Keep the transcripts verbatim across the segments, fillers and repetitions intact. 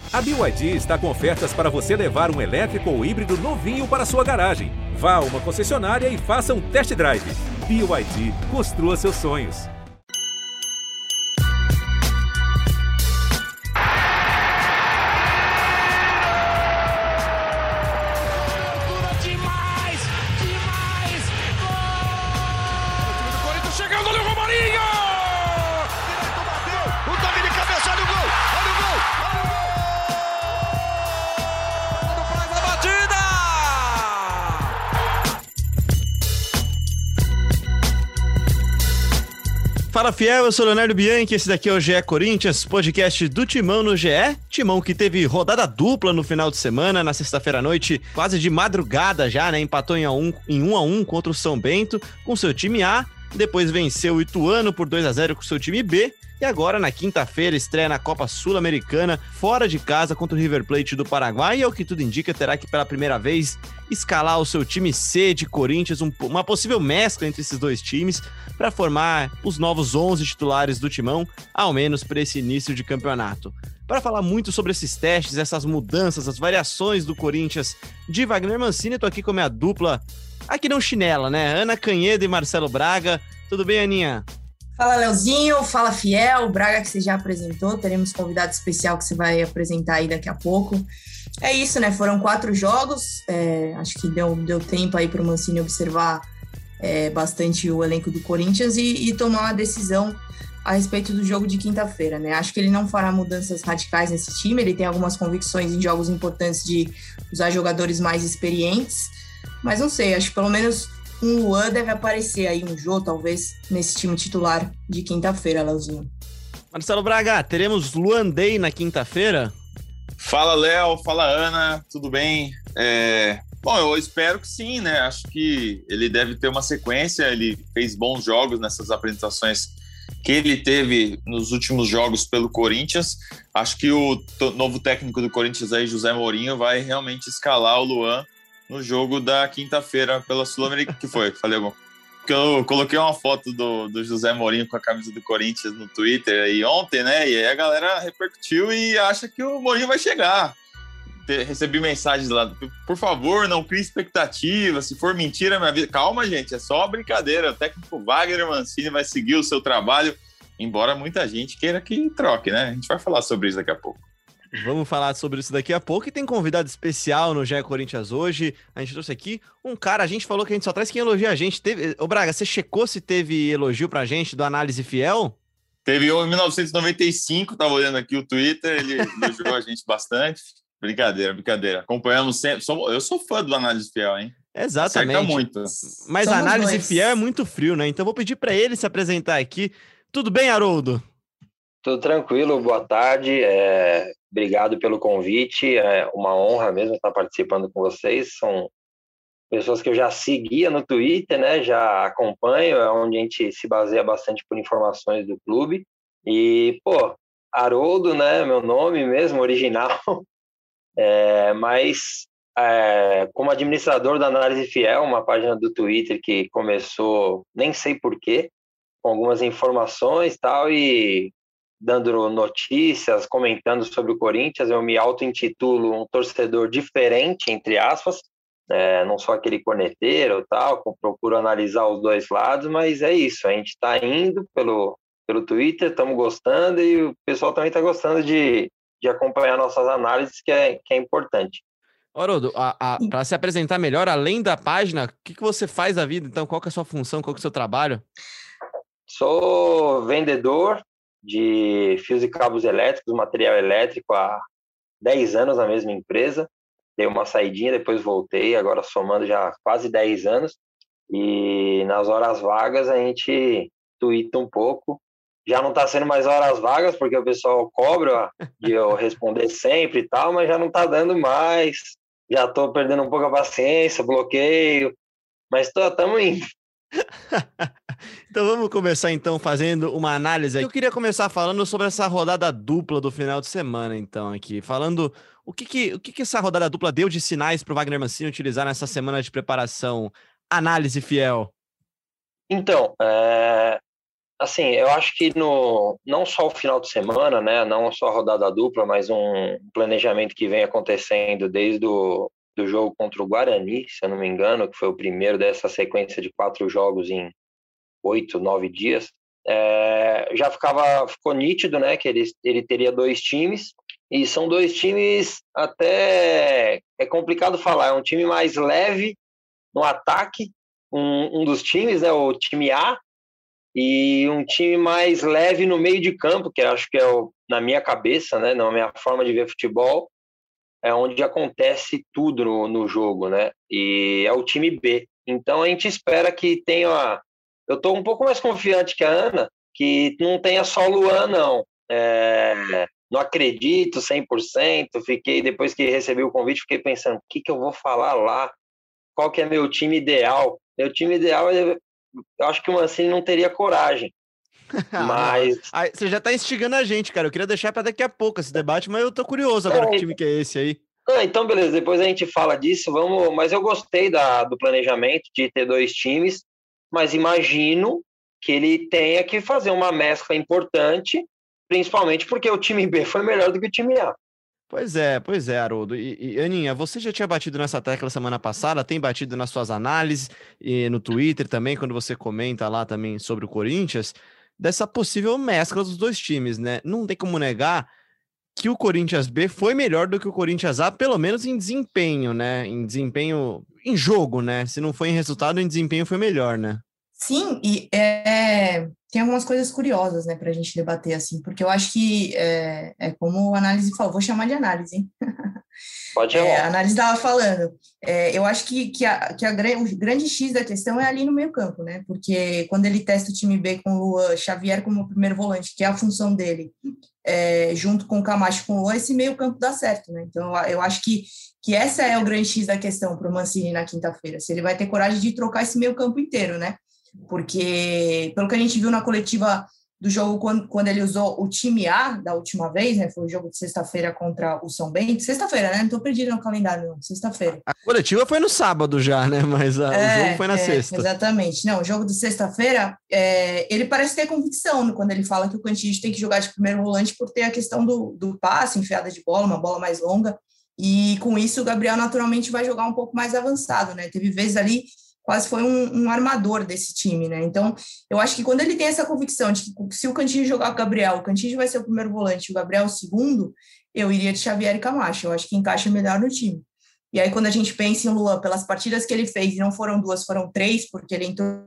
A B Y D está com ofertas para você levar um elétrico ou híbrido novinho para sua garagem. Vá a uma concessionária e faça um test drive. B Y D, construa seus sonhos. Fala fiel, eu sou Leonardo Bianchi, esse daqui é o G E Corinthians, podcast do Timão no G E. Timão que teve rodada dupla no final de semana, na sexta-feira à noite, quase de madrugada já, né? Empatou em um, em um a um contra o São Bento com seu time A, depois venceu o Ituano por dois a zero com seu time B, e agora na quinta-feira estreia na Copa Sul-Americana, fora de casa contra o River Plate do Paraguai, e ao que tudo indica terá que pela primeira vez escalar o seu time C de Corinthians, um, uma possível mescla entre esses dois times, para formar os novos onze titulares do Timão, ao menos para esse início de campeonato. Para falar muito sobre esses testes, essas mudanças, as variações do Corinthians de Wagner Mancini, eu tô aqui com a minha dupla, aqui não chinela, né? Ana Canhedo e Marcelo Braga. Tudo bem, Aninha? Fala, Leozinho, fala, Fiel, o Braga que você já apresentou, teremos convidado especial que você vai apresentar aí daqui a pouco. É isso, né, foram quatro jogos, é, acho que deu, deu tempo aí para o Mancini observar é, bastante o elenco do Corinthians e, e tomar uma decisão a respeito do jogo de quinta-feira, né, acho que ele não fará mudanças radicais nesse time, ele tem algumas convicções em jogos importantes de usar jogadores mais experientes, mas não sei, acho que pelo menos um Luan deve aparecer aí, um Jô, talvez, nesse time titular de quinta-feira, Leozinho. Marcelo Braga, teremos Luan Day na quinta-feira? Fala, Léo. Fala, Ana. Tudo bem? É... Bom, eu espero que sim, né? Acho que ele deve ter uma sequência. Ele fez bons jogos nessas apresentações que ele teve nos últimos jogos pelo Corinthians. Acho que o t- novo técnico do Corinthians aí, José Mourinho, vai realmente escalar o Luan no jogo da quinta-feira pela Sul-Americana. Que foi? Falei alguma coisa? Porque eu coloquei uma foto do, do José Mourinho com a camisa do Corinthians no Twitter aí ontem, né? E aí a galera repercutiu e acha que o Mourinho vai chegar. Recebi mensagens lá, por favor, não crie expectativa, se for mentira minha vida. Calma, gente, é só brincadeira. O técnico Wagner Mancini vai seguir o seu trabalho, embora muita gente queira que troque, né? A gente vai falar sobre isso daqui a pouco. Vamos falar sobre isso daqui a pouco, e tem convidado especial no G E Corinthians hoje. A gente trouxe aqui um cara, a gente falou que a gente só traz quem elogia a gente. Teve... Ô Braga, você checou se teve elogio pra gente do Análise Fiel? Teve um em mil novecentos e noventa e cinco, tava olhando aqui o Twitter, ele elogiou a gente bastante. Brincadeira, brincadeira. Acompanhamos sempre. Eu sou fã do Análise Fiel, hein? Exatamente. Acerta muito. Mas a Análise dois. Fiel é muito frio, né? Então vou pedir pra ele se apresentar aqui. Tudo bem, Haroldo? Tudo tranquilo, boa tarde. É... Obrigado pelo convite, é uma honra mesmo estar participando com vocês. São pessoas que eu já seguia no Twitter, né? Já acompanho, é onde a gente se baseia bastante por informações do clube. E, pô, Haroldo, né? Meu nome mesmo, original. É, mas, é, como administrador da Análise Fiel, uma página do Twitter que começou, nem sei porquê, com algumas informações e tal, e dando notícias, comentando sobre o Corinthians, eu me auto-intitulo um torcedor diferente, entre aspas, é, não sou aquele corneteiro, tal, procuro analisar os dois lados, mas é isso, a gente está indo pelo, pelo Twitter, estamos gostando, e o pessoal também está gostando de, de acompanhar nossas análises, que é, que é importante. Haroldo, para se apresentar melhor, além da página, o que, que você faz da vida? Então, qual que é a sua função, qual que é o seu trabalho? Sou vendedor de fios e cabos elétricos, material elétrico, há dez anos na mesma empresa. Dei uma saidinha, depois voltei, agora somando já quase dez anos. E nas horas vagas a gente tuita um pouco. Já não está sendo mais horas vagas, porque o pessoal cobra de eu responder sempre e tal, mas já não está dando mais. Já estou perdendo um pouco a paciência, bloqueio, mas estamos indo. Então vamos começar então fazendo uma análise. Eu queria começar falando sobre essa rodada dupla do final de semana, então, aqui. Falando o que que, o que, que essa rodada dupla deu de sinais para o Wagner Mancini utilizar nessa semana de preparação. Análise Fiel. Então, é... assim, eu acho que no, não só o final de semana, né, não só a rodada dupla, mas um planejamento que vem acontecendo desde o do jogo contra o Guarani, se eu não me engano, que foi o primeiro dessa sequência de quatro jogos em oito, nove dias, é, já ficava, ficou nítido, né, que ele, ele teria dois times, e são dois times até, é complicado falar, é um time mais leve no ataque, um, um dos times, né, o time A, e um time mais leve no meio de campo, que acho que é o, na minha cabeça, né, na minha forma de ver futebol, é onde acontece tudo no, no jogo, né? E é o time B. Então a gente espera que tenha... Eu estou um pouco mais confiante que a Ana, que não tenha só o Luan, não. É... Não acredito cem por cento. Fiquei, depois que recebi o convite, fiquei pensando, o que, que eu vou falar lá? Qual que é meu time ideal? Meu time ideal, eu acho que o Mancini não teria coragem. Mas... ah, você já tá instigando a gente, cara. Eu queria deixar para daqui a pouco esse debate, mas eu tô curioso agora é, que time que é esse aí. Ah, então, beleza, depois a gente fala disso, vamos. Mas eu gostei da, do planejamento de ter dois times, mas imagino que ele tenha que fazer uma mescla importante, principalmente porque o time B foi melhor do que o time A. Pois é, pois é, Haroldo. E, e Aninha, você já tinha batido nessa tecla semana passada, tem batido nas suas análises e no Twitter também, quando você comenta lá também sobre o Corinthians, dessa possível mescla dos dois times, né? Não tem como negar que o Corinthians B foi melhor do que o Corinthians A, pelo menos em desempenho, né? Em desempenho, em jogo, né? Se não foi em resultado, em desempenho foi melhor, né? Sim, e é, tem algumas coisas curiosas, né, pra gente debater, assim, porque eu acho que é, é como a análise falou, vou chamar de análise, hein? Pode chamar. É, a análise estava falando, é, eu acho que, que, a, que a, o grande X da questão é ali no meio campo, né, porque quando ele testa o time B com o Luan Xavier como primeiro volante, que é a função dele, é, junto com o Camacho com o Luan, esse meio campo dá certo, né, então eu, eu acho que, que essa é o grande X da questão para o Mancini na quinta-feira, se ele vai ter coragem de trocar esse meio campo inteiro, né, porque pelo que a gente viu na coletiva do jogo, quando, quando ele usou o time A da última vez, né, foi o jogo de sexta-feira contra o São Bento, sexta-feira, né, não estou perdido no calendário, não, sexta-feira. A coletiva foi no sábado já, né, mas a, é, o jogo foi na é, sexta. Exatamente, não, o jogo de sexta-feira, é, ele parece ter convicção quando ele fala que o Cantígio tem que jogar de primeiro volante por ter a questão do, do passe, enfiada de bola, uma bola mais longa, e com isso o Gabriel naturalmente vai jogar um pouco mais avançado, né, teve vezes ali quase foi um, um armador desse time, né? Então, eu acho que quando ele tem essa convicção de que se o Cantígio jogar com o Gabriel, o Cantígio vai ser o primeiro volante, o Gabriel o segundo, eu iria de Xavier e Camacho, eu acho que encaixa melhor no time. E aí, quando a gente pensa em Luan, pelas partidas que ele fez, e não foram duas, foram três, porque ele entrou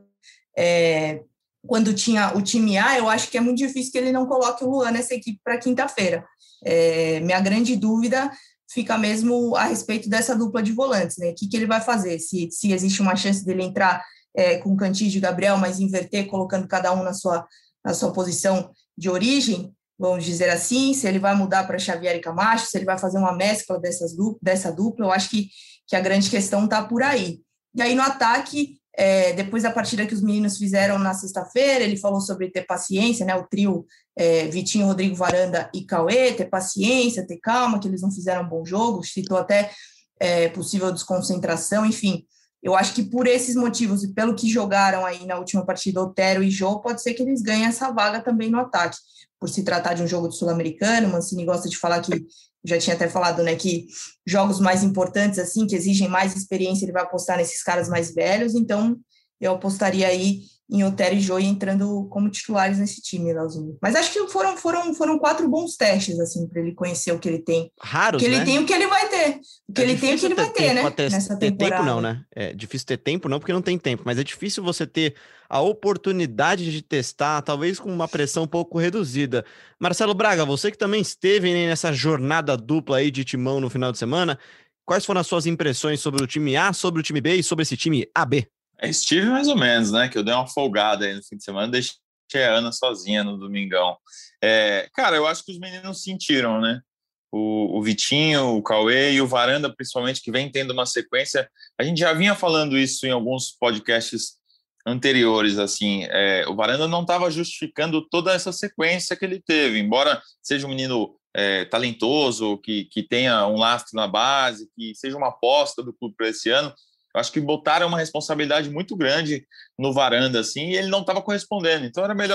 é, quando tinha o time A, eu acho que é muito difícil que ele não coloque o Luan nessa equipe para quinta-feira. É, minha grande dúvida fica mesmo a respeito dessa dupla de volantes, né? O que, que ele vai fazer? Se, se existe uma chance dele entrar é, com Cantígio e Gabriel, mas inverter, colocando cada um na sua, na sua posição de origem, vamos dizer assim, se ele vai mudar para Xavier e Camacho, se ele vai fazer uma mescla dessas du- dessa dupla, eu acho que, que a grande questão está por aí. E aí no ataque, é, depois da partida que os meninos fizeram na sexta-feira, ele falou sobre ter paciência, né? O trio É, Vitinho, Rodrigo Varanda e Cauê, ter paciência, ter calma, que eles não fizeram um bom jogo, citou até é, possível desconcentração, enfim, eu acho que por esses motivos e pelo que jogaram aí na última partida, Otero e Jô, pode ser que eles ganhem essa vaga também no ataque, por se tratar de um jogo de Sul-Americano. O Mancini gosta de falar que, já tinha até falado, né, que jogos mais importantes, assim, que exigem mais experiência, ele vai apostar nesses caras mais velhos, então eu apostaria aí em Otero e Jô entrando como titulares nesse time, Leozinho. Mas acho que foram, foram, foram quatro bons testes, assim, para ele conhecer o que ele tem. Raros, o que ele né? tem o que ele vai ter. O que é ele tem o que ele vai ter, né? Ter, nessa ter temporada. tempo não, né? É difícil ter tempo não, porque não tem tempo, mas é difícil você ter a oportunidade de testar, talvez com uma pressão um pouco reduzida. Marcelo Braga, você que também esteve nessa jornada dupla aí de timão no final de semana, quais foram as suas impressões sobre o time A, sobre o time B e sobre esse time A B? Estive mais ou menos, né? Que eu dei uma folgada aí no fim de semana, deixei a Ana sozinha no domingão. É, cara, eu acho que os meninos sentiram, né? O, o Vitinho, o Cauê e o Varanda, principalmente, que vem tendo uma sequência. A gente já vinha falando isso em alguns podcasts anteriores, assim. É, o Varanda não estava justificando toda essa sequência que ele teve, embora seja um menino é, talentoso, que, que tenha um lastro na base, que seja uma aposta do clube para esse ano. Eu acho que botaram uma responsabilidade muito grande no Varanda, assim, e ele não estava correspondendo. Então, era melhor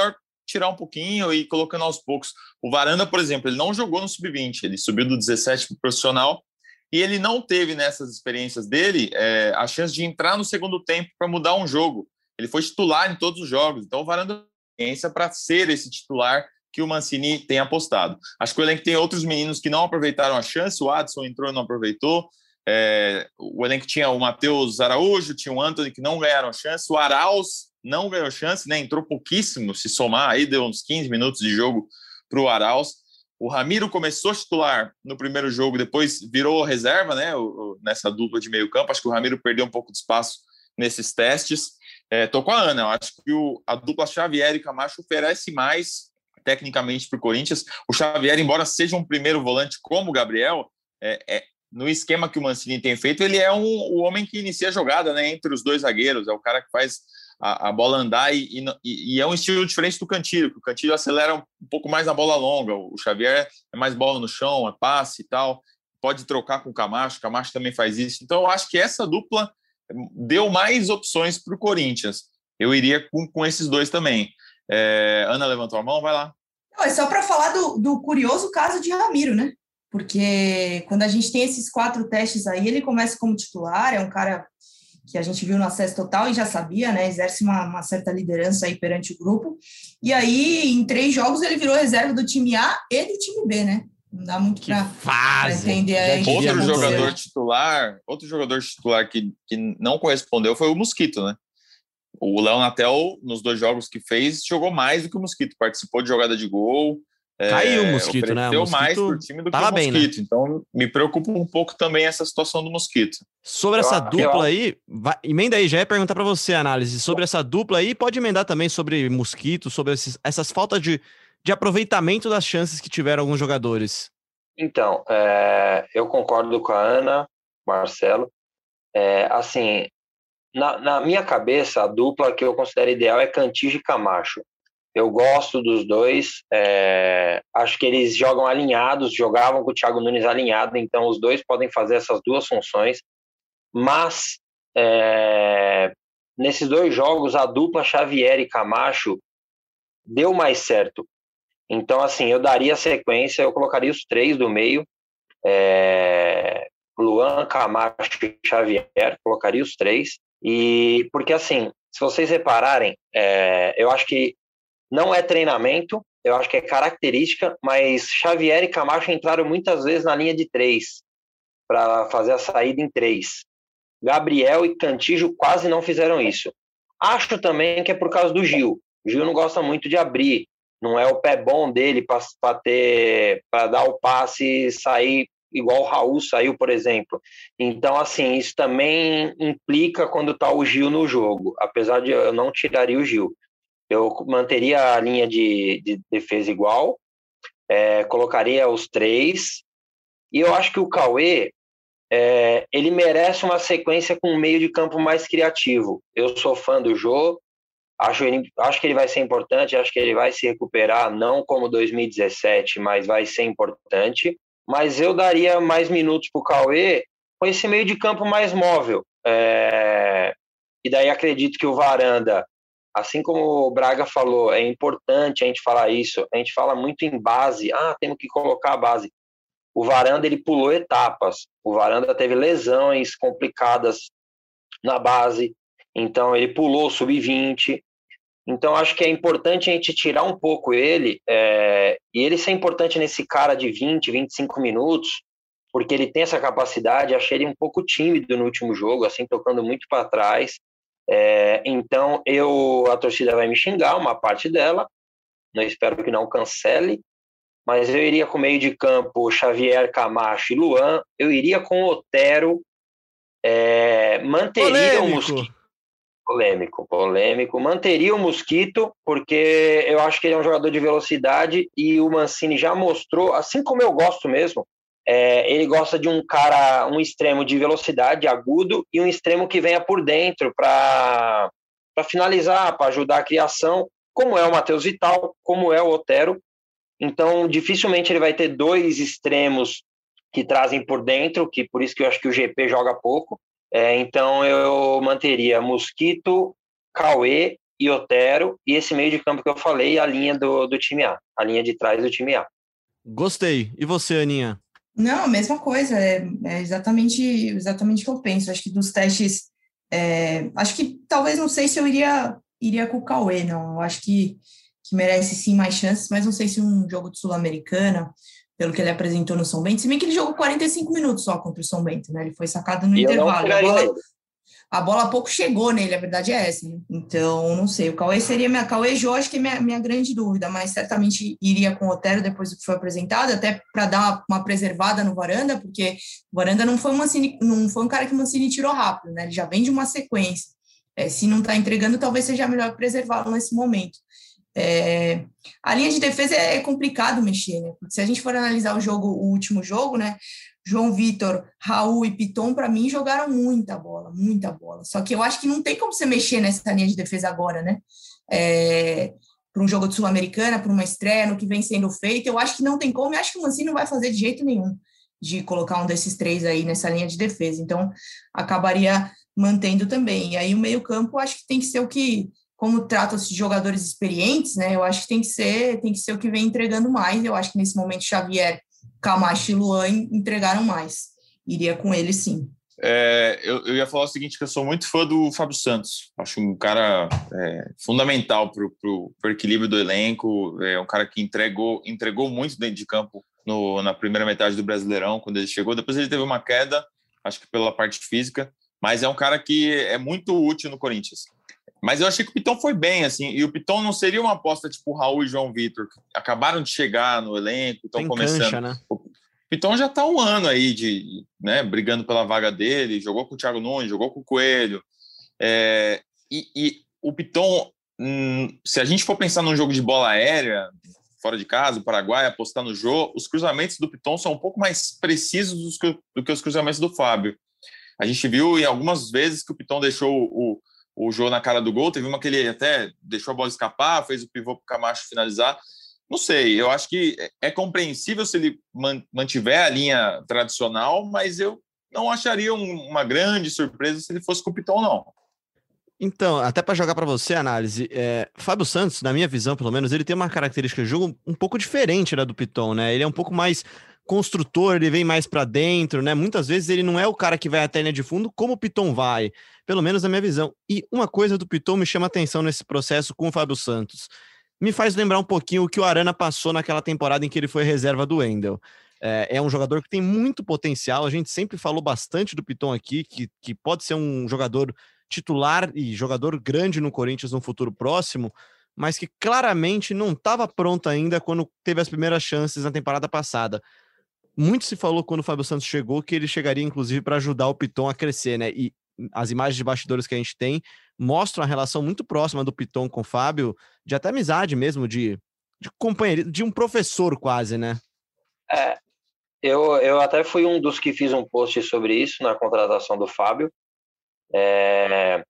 tirar um pouquinho e ir colocando aos poucos. O Varanda, por exemplo, ele não jogou no sub vinte, ele subiu do dezessete para o profissional e ele não teve, nessas experiências dele, é, a chance de entrar no segundo tempo para mudar um jogo. Ele foi titular em todos os jogos, então o Varanda tem experiência para ser esse titular que o Mancini tem apostado. Acho que o elenco tem outros meninos que não aproveitaram a chance, o Adson entrou e não aproveitou, é, o elenco tinha o Matheus Araújo, tinha o Antony que não ganharam chance, o Arauz não ganhou chance, né? Entrou pouquíssimo, se somar, aí deu uns quinze minutos de jogo para o Arauz. O Ramiro começou a titular no primeiro jogo, depois virou reserva, né? O, o, nessa dupla de meio campo, acho que o Ramiro perdeu um pouco de espaço nesses testes. É, tô com a Ana, eu acho que o, a dupla Xavier e Camacho oferece mais tecnicamente para o Corinthians. O Xavier, embora seja um primeiro volante como o Gabriel, é, é, no esquema que o Mancini tem feito, ele é um, o homem que inicia a jogada, né, entre os dois zagueiros, é o cara que faz a, a bola andar e, e, e é um estilo diferente do Cantillo, que o Cantillo acelera um, um pouco mais na bola longa, o Xavier é mais bola no chão, é passe e tal, pode trocar com o Camacho, o Camacho também faz isso. Então eu acho que essa dupla deu mais opções para o Corinthians. Eu iria com, com esses dois também. É, Ana levantou a mão, vai lá. Não, é só para falar do, do curioso caso de Ramiro, né? Porque quando a gente tem esses quatro testes aí, ele começa como titular, é um cara que a gente viu no acesso total e já sabia, né? Exerce uma, uma certa liderança aí perante o grupo. E aí, em três jogos, ele virou reserva do time A e do time B, né? Não dá muito para entender aí. Outro jogador titular, outro jogador titular que, que não correspondeu foi o Mosquito, né? O Léo Natel, nos dois jogos que fez, jogou mais do que o Mosquito, participou de jogada de gol. Caiu é, o Mosquito, né? Deu o mais pro time do que o Mosquito. Bem, né? Então, me preocupa um pouco também essa situação do Mosquito. Sobre essa eu, dupla eu... aí, vai, emenda aí, já ia perguntar para você a análise sobre essa dupla aí, pode emendar também sobre Mosquito, sobre esses, essas faltas de, de aproveitamento das chances que tiveram alguns jogadores. Então, é, eu concordo com a Ana, Marcelo. É, assim, na, na minha cabeça, a dupla que eu considero ideal é Cantillo e Camacho. Eu gosto dos dois, é, acho que eles jogam alinhados, jogavam com o Thiago Nunes alinhado, então os dois podem fazer essas duas funções, mas é, nesses dois jogos a dupla Xavier e Camacho deu mais certo. Então, assim, eu daria sequência, eu colocaria os três do meio, é, Luan, Camacho e Xavier, colocaria os três, e porque assim, se vocês repararem, é, eu acho que não é treinamento, eu acho que é característica, mas Xavier e Camacho entraram muitas vezes na linha de três, para fazer a saída em três. Gabriel e Cantillo quase não fizeram isso. Acho também que é por causa do Gil. O Gil não gosta muito de abrir, não é o pé bom dele para ter, para dar o passe e sair igual o Raul saiu, por exemplo. Então, assim, isso também implica quando está o Gil no jogo, apesar de eu não tiraria o Gil. Eu manteria a linha de, de defesa igual, é, colocaria os três, e eu acho que o Cauê, é, ele merece uma sequência com um meio de campo mais criativo. Eu sou fã do Jô, acho, ele, acho que ele vai ser importante, acho que ele vai se recuperar, não como dois mil e dezessete, mas vai ser importante, mas eu daria mais minutos para o Cauê com esse meio de campo mais móvel, é, e daí acredito que o Varanda, assim como o Braga falou, é importante a gente falar isso, a gente fala muito em base, ah, temos que colocar a base. O Varanda, ele pulou etapas, o Varanda teve lesões complicadas na base, então ele pulou o sub vinte, então acho que é importante a gente tirar um pouco ele, é, e ele ser importante nesse cara de vinte, vinte e cinco minutos, porque ele tem essa capacidade. Achei ele um pouco tímido no último jogo, assim, tocando muito para trás. É, então, eu, a torcida vai me xingar, uma parte dela, não espero que não cancele, mas eu iria com meio de campo Xavier, Camacho e Luan, eu iria com Otero, é, manteria polêmico. o Mosquito, polêmico, polêmico, manteria o Mosquito, porque eu acho que ele é um jogador de velocidade e o Mancini já mostrou, assim como eu gosto mesmo, É, ele gosta de um cara, um extremo de velocidade, agudo, e um extremo que venha por dentro para finalizar, para ajudar a criação, como é o Matheus Vital, como é o Otero. Então, dificilmente ele vai ter dois extremos que trazem por dentro, que por isso que eu acho que o G P joga pouco. É, então, eu manteria Mosquito, Cauê e Otero, e esse meio de campo que eu falei, a linha do, do time A, a linha de trás do time A. Gostei. E você, Aninha? Não, a mesma coisa, é, é exatamente, exatamente o que eu penso. Acho que dos testes, é, acho que talvez, não sei se eu iria, iria com o Cauê, não. Eu acho que, que merece sim mais chances, mas não sei se um jogo de Sul-Americana, pelo que ele apresentou no São Bento, se bem que ele jogou quarenta e cinco minutos só contra o São Bento, né? Ele foi sacado no E intervalo. Eu não a bola, ele. a bola pouco chegou nele, a verdade é essa, né? Então, não sei. O Cauê seria minha. Cauê e Jô, acho que é minha, minha grande dúvida, mas certamente iria com o Otero depois do que foi apresentado, até para dar uma, uma preservada no Varanda, porque o Varanda não foi, Mancini, não foi um cara que o Mancini tirou rápido, né? Ele já vem de uma sequência. É, se não está entregando, talvez seja melhor preservá-lo nesse momento. É, a linha de defesa é, é complicado mexer, né? Porque se a gente for analisar o jogo, o último jogo, né? João Vitor, Raul e Piton, para mim, jogaram muita bola, muita bola. Só que eu acho que não tem como você mexer nessa linha de defesa agora, né? É, para um jogo de Sul-Americana, para uma estreia, no que vem sendo feito, eu acho que não tem como, e acho que o Mancini não vai fazer de jeito nenhum de colocar um desses três aí nessa linha de defesa. Então, acabaria mantendo também. E aí o meio-campo, acho que tem que ser o que, como trata-se de jogadores experientes, né? Eu acho que tem que ser, tem que ser o que vem entregando mais. Eu acho que nesse momento Xavier, Camacho e Luan entregaram mais. Iria com ele, sim. É, eu, eu ia falar o seguinte, que eu sou muito fã do Fábio Santos. Acho um cara é, fundamental para o equilíbrio do elenco. É um cara que entregou, entregou muito dentro de campo no, na primeira metade do Brasileirão, quando ele chegou. Depois ele teve uma queda, acho que pela parte física, mas é um cara que é muito útil no Corinthians. Mas eu achei que o Piton foi bem, assim, e o Piton não seria uma aposta tipo Raul e João Vitor, que acabaram de chegar no elenco, estão começando. Cancha, né? O Piton já está um ano aí de, né, brigando pela vaga dele, jogou com o Thiago Nunes, jogou com o Coelho. É, e, e o Piton, hum, se a gente for pensar num jogo de bola aérea, fora de casa, o Paraguai, apostar no jogo, os cruzamentos do Piton são um pouco mais precisos do que, do que os cruzamentos do Fábio. A gente viu em algumas vezes que o Piton deixou o o Jô na cara do gol, teve uma que ele até deixou a bola escapar, fez o pivô para o Camacho finalizar. Não sei, eu acho que é compreensível se ele mantiver a linha tradicional, mas eu não acharia uma grande surpresa se ele fosse com o Piton, não. Então, até para jogar para você a análise, é, Fábio Santos, na minha visão, pelo menos, ele tem uma característica de jogo um pouco diferente da do Piton, né? Ele é um pouco mais construtor, ele vem mais para dentro, né? Muitas vezes ele não é o cara que vai até a linha de fundo como o Piton vai, pelo menos na minha visão. E uma coisa do Piton me chama atenção nesse processo com o Fábio Santos. Me faz lembrar um pouquinho o que o Arana passou naquela temporada em que ele foi reserva do Wendel. É, é um jogador que tem muito potencial, a gente sempre falou bastante do Piton aqui, que, que pode ser um jogador titular e jogador grande no Corinthians no futuro próximo, mas que claramente não estava pronto ainda quando teve as primeiras chances na temporada passada. Muito se falou quando o Fábio Santos chegou que ele chegaria, inclusive, para ajudar o Piton a crescer, né? E as imagens de bastidores que a gente tem mostram a relação muito próxima do Piton com o Fábio, de até amizade mesmo, de, de companheirismo, de um professor quase, né? É, eu, eu até fui um dos que fiz um post sobre isso na contratação do Fábio. É,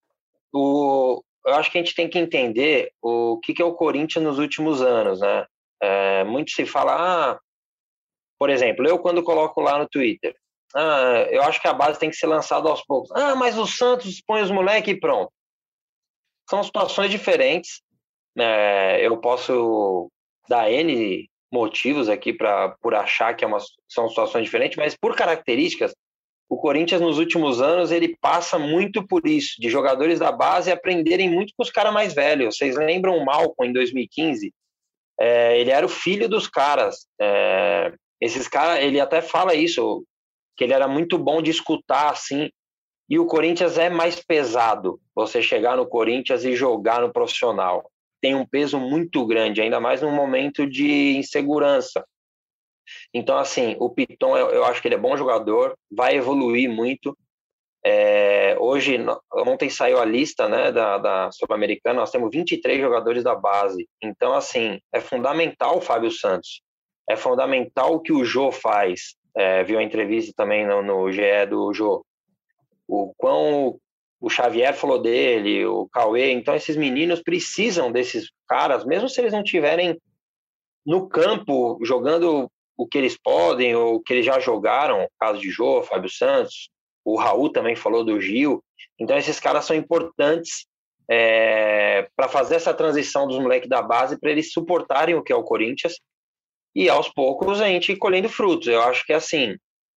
o, eu acho que a gente tem que entender o que, que é o Corinthians nos últimos anos, né? É, muito se fala... Ah, por exemplo, eu quando coloco lá no Twitter, ah, eu acho que a base tem que ser lançada aos poucos. Ah, mas o Santos põe os moleques e pronto. São situações diferentes. É, eu posso dar N motivos aqui pra, por achar que é uma, são situações diferentes, mas por características, o Corinthians nos últimos anos ele passa muito por isso, de jogadores da base aprenderem muito com os caras mais velhos. Vocês lembram o Malcom em dois mil e quinze? É, ele era o filho dos caras. É, esses caras, ele até fala isso, que ele era muito bom de escutar, assim, e o Corinthians é mais pesado, você chegar no Corinthians e jogar no profissional. Tem um peso muito grande, ainda mais num momento de insegurança. Então, assim, o Piton, eu, eu acho que ele é bom jogador, vai evoluir muito. É, hoje, ontem saiu a lista, né, da, da Sul-Americana, nós temos vinte e três jogadores da base. Então, assim, é fundamental o Fábio Santos. É fundamental o que o Jô faz. É, viu a entrevista também no, no G E do Jô. O quão o Xavier falou dele, o Cauê. Então, esses meninos precisam desses caras, mesmo se eles não estiverem no campo jogando o que eles podem ou o que eles já jogaram, caso de Jô, Fábio Santos, o Raul também falou do Gil. Então, esses caras são importantes é, para fazer essa transição dos moleques da base, para eles suportarem o que é o Corinthians, e aos poucos a gente ir colhendo frutos. Eu acho que assim,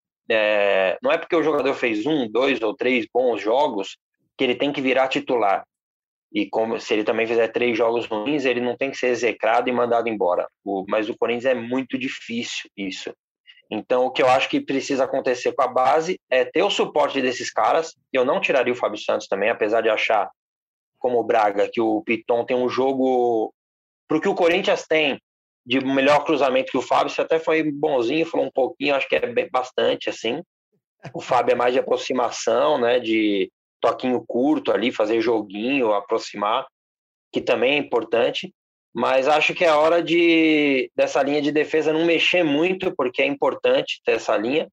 é, não é porque o jogador fez um, dois ou três bons jogos que ele tem que virar titular. E como, se ele também fizer três jogos ruins, ele não tem que ser execrado e mandado embora. O, mas o Corinthians é muito difícil isso. Então, o que eu acho que precisa acontecer com a base é ter o suporte desses caras. Eu não tiraria o Fábio Santos também, apesar de achar, como o Braga, que o Piton tem um jogo... Para o que o Corinthians tem de melhor cruzamento que o Fábio, você até foi bonzinho, falou um pouquinho, acho que é bem, bastante, assim. O Fábio é mais de aproximação, né, de toquinho curto ali, fazer joguinho, aproximar, que também é importante, mas acho que é hora de, dessa linha de defesa não mexer muito, porque é importante ter essa linha,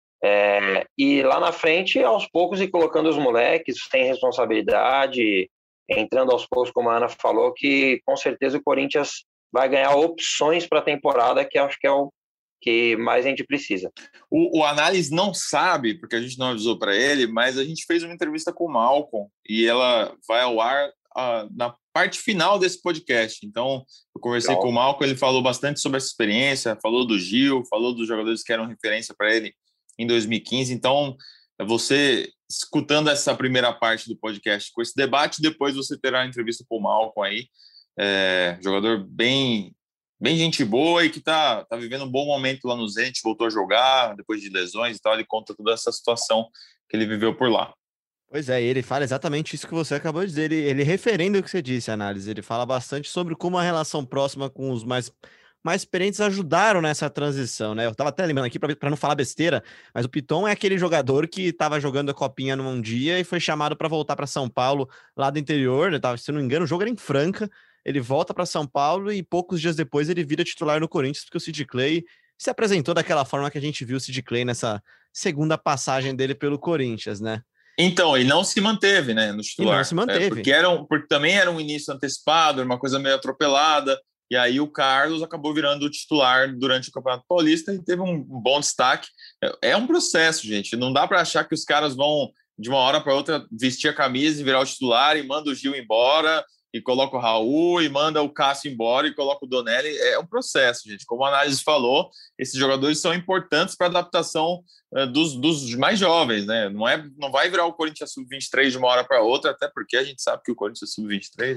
é, e lá na frente, aos poucos, ir colocando os moleques, sem responsabilidade, entrando aos poucos, como a Ana falou, que com certeza o Corinthians vai ganhar opções para a temporada, que acho que é o que mais a gente precisa. O, o Análise não sabe, porque a gente não avisou para ele, mas a gente fez uma entrevista com o Malcolm e ela vai ao ar uh, na parte final desse podcast. Então, eu conversei Legal. com o Malcolm, ele falou bastante sobre essa experiência, falou do Gil, falou dos jogadores que eram referência para ele em dois mil e quinze. Então, você escutando essa primeira parte do podcast com esse debate, depois você terá a entrevista com o Malcolm aí, é, jogador bem... bem gente boa e que tá, tá vivendo um bom momento lá no Zenit, voltou a jogar depois de lesões e tal, ele conta toda essa situação que ele viveu por lá. Pois é, ele fala exatamente isso que você acabou de dizer, ele, ele referenda o que você disse, Análise, ele fala bastante sobre como a relação próxima com os mais, mais experientes ajudaram nessa transição, né? Eu tava até lembrando aqui para não falar besteira, mas o Piton é aquele jogador que tava jogando a copinha num dia e foi chamado para voltar para São Paulo, lá do interior, né? Tava, se não me engano, o jogo era em Franca. Ele volta para São Paulo e poucos dias depois ele vira titular no Corinthians, porque o Sid Clay se apresentou daquela forma que a gente viu o Sid Clay nessa segunda passagem dele pelo Corinthians, né? Então, ele não se manteve, né, no titular. E não se manteve. É, porque, era um, porque também era um início antecipado, era uma coisa meio atropelada, e aí o Carlos acabou virando o titular durante o Campeonato Paulista e teve um bom destaque. É, é um processo, gente, não dá para achar que os caras vão, de uma hora para outra, vestir a camisa e virar o titular e manda o Gil embora... e coloca o Raul, e manda o Cássio embora, e coloca o Donelli. É um processo, gente. Como a Análise falou, esses jogadores são importantes para a adaptação uh, dos, dos mais jovens, né? Não, é, não vai virar o Corinthians sub vinte e três de uma hora para outra, até porque a gente sabe que o Corinthians é sub vinte e três.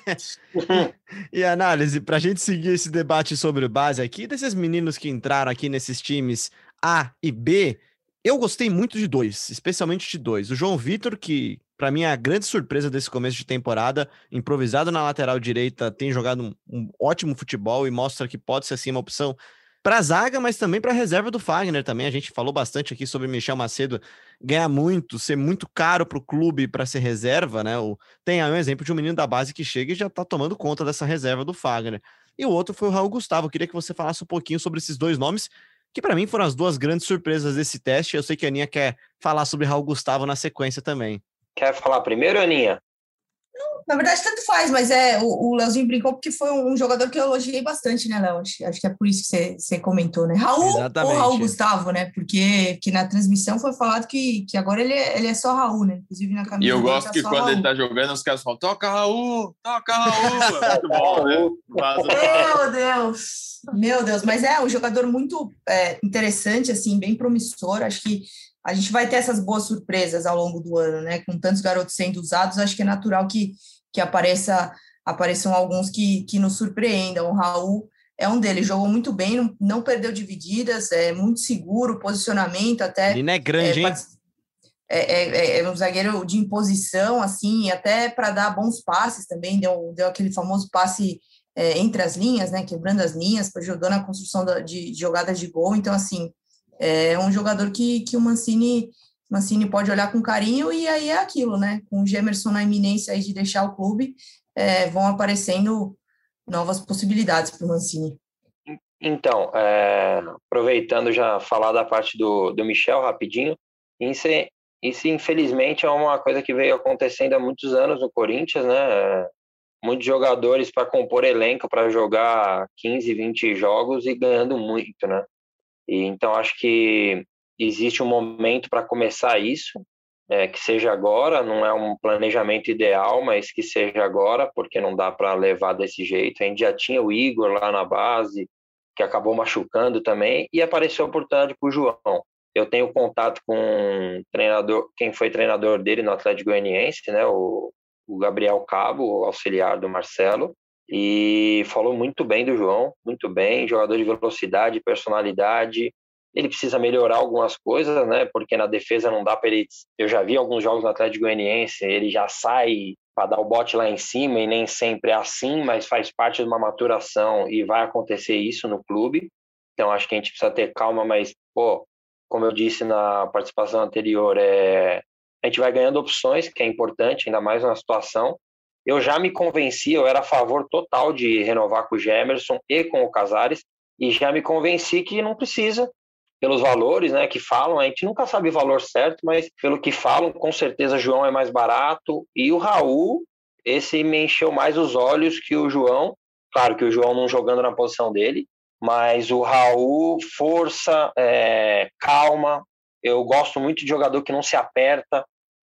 E Análise, para a gente seguir esse debate sobre base aqui, desses meninos que entraram aqui nesses times A e B, eu gostei muito de dois, especialmente de dois. O João Vitor, que para mim é a grande surpresa desse começo de temporada, improvisado na lateral direita, tem jogado um, um ótimo futebol e mostra que pode ser assim uma opção para a zaga, mas também para a reserva do Fagner também. A gente falou bastante aqui sobre Michel Macedo ganhar muito, ser muito caro para o clube para ser reserva, né? O, tem aí um exemplo de um menino da base que chega e já está tomando conta dessa reserva do Fagner. E o outro foi o Raul Gustavo. Eu queria que você falasse um pouquinho sobre esses dois nomes, que para mim foram as duas grandes surpresas desse teste. Eu sei que a Aninha quer falar sobre Raul Gustavo na sequência também. Quer falar primeiro, Aninha? Não, na verdade, tanto faz, mas é, o, o Leozinho brincou porque foi um jogador que eu elogiei bastante, né, Léo? Acho, acho que é por isso que você, você comentou, né? Raul Exatamente. ou Raul Gustavo, né? Porque que na transmissão foi falado que, que agora ele é, ele é só Raul, né? Inclusive na camisa. E eu gosto tá que quando Raul. ele tá jogando, os caras falam, toca Raul, toca Raul. É muito bom, né? Meu Deus! Meu Deus, mas é um jogador muito é, interessante, assim, bem promissor. Acho que a gente vai ter essas boas surpresas ao longo do ano, né? Com tantos garotos sendo usados, acho que é natural que, que apareça, apareçam alguns que, que nos surpreendam. O Raul é um deles, jogou muito bem, não, não perdeu divididas, é muito seguro, posicionamento até... Ele não é grande, é, hein? É, é, é um zagueiro de imposição, assim, até para dar bons passes também, deu, deu aquele famoso passe é, entre as linhas, né? Quebrando as linhas, ajudou na construção da, de, de jogadas de gol, então, assim... É um jogador que, que o Mancini, Mancini pode olhar com carinho, e aí é aquilo, né? Com o Gemerson na iminência aí de deixar o clube, é, vão aparecendo novas possibilidades para o Mancini. Então, é, aproveitando já falar da parte do, do Michel rapidinho, isso, isso infelizmente é uma coisa que veio acontecendo há muitos anos no Corinthians, né? Muitos jogadores para compor elenco, para jogar quinze, vinte jogos e ganhando muito, né? E, então, acho que existe um momento para começar isso. é, que seja agora, não é um planejamento ideal, mas que seja agora, porque não dá para levar desse jeito. A gente já tinha o Igor lá na base, que acabou machucando também, e apareceu a oportunidade para o João. Eu tenho contato com um treinador, quem foi treinador dele no Atlético Goianiense, né, o, o Gabriel Cabo, auxiliar do Marcelo, e falou muito bem do João, muito bem, jogador de velocidade, personalidade. Ele precisa melhorar algumas coisas, né, porque na defesa não dá para ele... Eu já vi alguns jogos no Atlético Goianiense, ele já sai para dar o bote lá em cima, e nem sempre é assim, mas faz parte de uma maturação e vai acontecer isso no clube. Então acho que a gente precisa ter calma, mas, pô, como eu disse na participação anterior, é... a gente vai ganhando opções, que é importante, ainda mais numa situação. Eu já me convenci, eu era a favor total de renovar com o Gemerson e com o Casares, e já me convenci que não precisa, pelos valores, né, que falam. A gente nunca sabe o valor certo, mas pelo que falam, com certeza o João é mais barato, e o Raul, esse me encheu mais os olhos que o João. Claro que o João não jogando na posição dele, mas o Raul, força, é, calma. Eu gosto muito de jogador que não se aperta,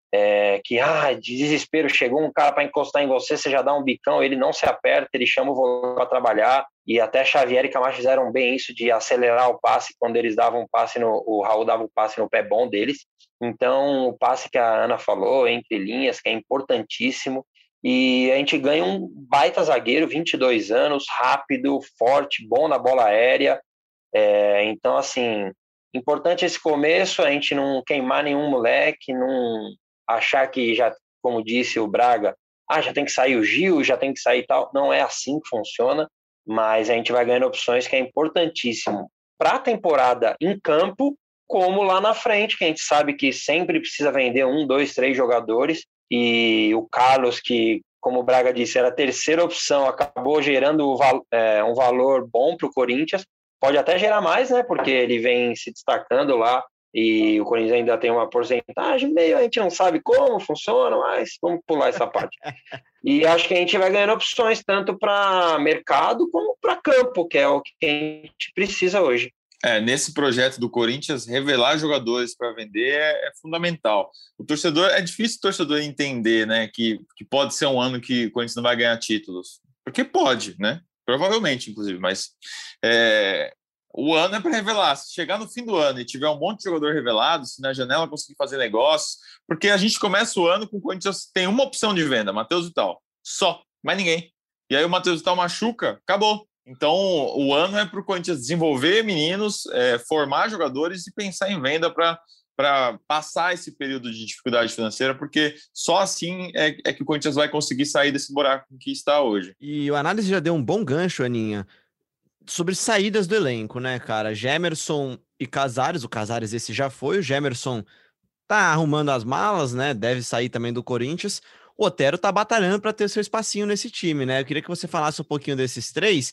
é, que, ah, de desespero, chegou um cara para encostar em você, você já dá um bicão, ele não se aperta, ele chama o volante para trabalhar, e até Xavier e Camacho fizeram bem isso, de acelerar o passe, quando eles davam um passe, no, o Raul dava um passe no pé bom deles. Então, o passe que a Ana falou, entre linhas, que é importantíssimo, e a gente ganha um baita zagueiro, vinte e dois anos, rápido, forte, bom na bola aérea. É, então, assim, importante esse começo, a gente não queimar nenhum moleque, não achar que já, como disse o Braga, ah, já tem que sair o Gil, já tem que sair tal. Não é assim que funciona, mas a gente vai ganhando opções, que é importantíssimo para a temporada em campo, como lá na frente, que a gente sabe que sempre precisa vender um, dois, três jogadores. E o Carlos, que, como o Braga disse, era a terceira opção, acabou gerando é, um valor bom para o Corinthians. Pode até gerar mais, né? Porque ele vem se destacando lá, e o Corinthians ainda tem uma porcentagem meio, a gente não sabe como funciona, mas vamos pular essa parte. E acho que a gente vai ganhando opções tanto para mercado como para campo, que é o que a gente precisa hoje. É, nesse projeto do Corinthians, revelar jogadores para vender é, é fundamental. O torcedor, é difícil o torcedor entender, né, que, que pode ser um ano que o Corinthians não vai ganhar títulos. Porque pode, né? Provavelmente, inclusive, mas é, o ano é para revelar. Se chegar no fim do ano e tiver um monte de jogador revelado, se na janela conseguir fazer negócios, porque a gente começa o ano com o Corinthians, tem uma opção de venda, Matheus Vital, só, mais ninguém. E aí o Matheus Vital machuca, acabou. Então, o ano é para o Corinthians desenvolver meninos, é, formar jogadores e pensar em venda para passar esse período de dificuldade financeira, porque só assim é, é que o Corinthians vai conseguir sair desse buraco em que está hoje. E o análise já deu um bom gancho, Aninha, sobre saídas do elenco, né, cara? Gemerson e Casares, o Casares esse já foi, o Gemerson tá arrumando as malas, né? Deve sair também do Corinthians. O Otero tá batalhando para ter seu espacinho nesse time, né? Eu queria que você falasse um pouquinho desses três.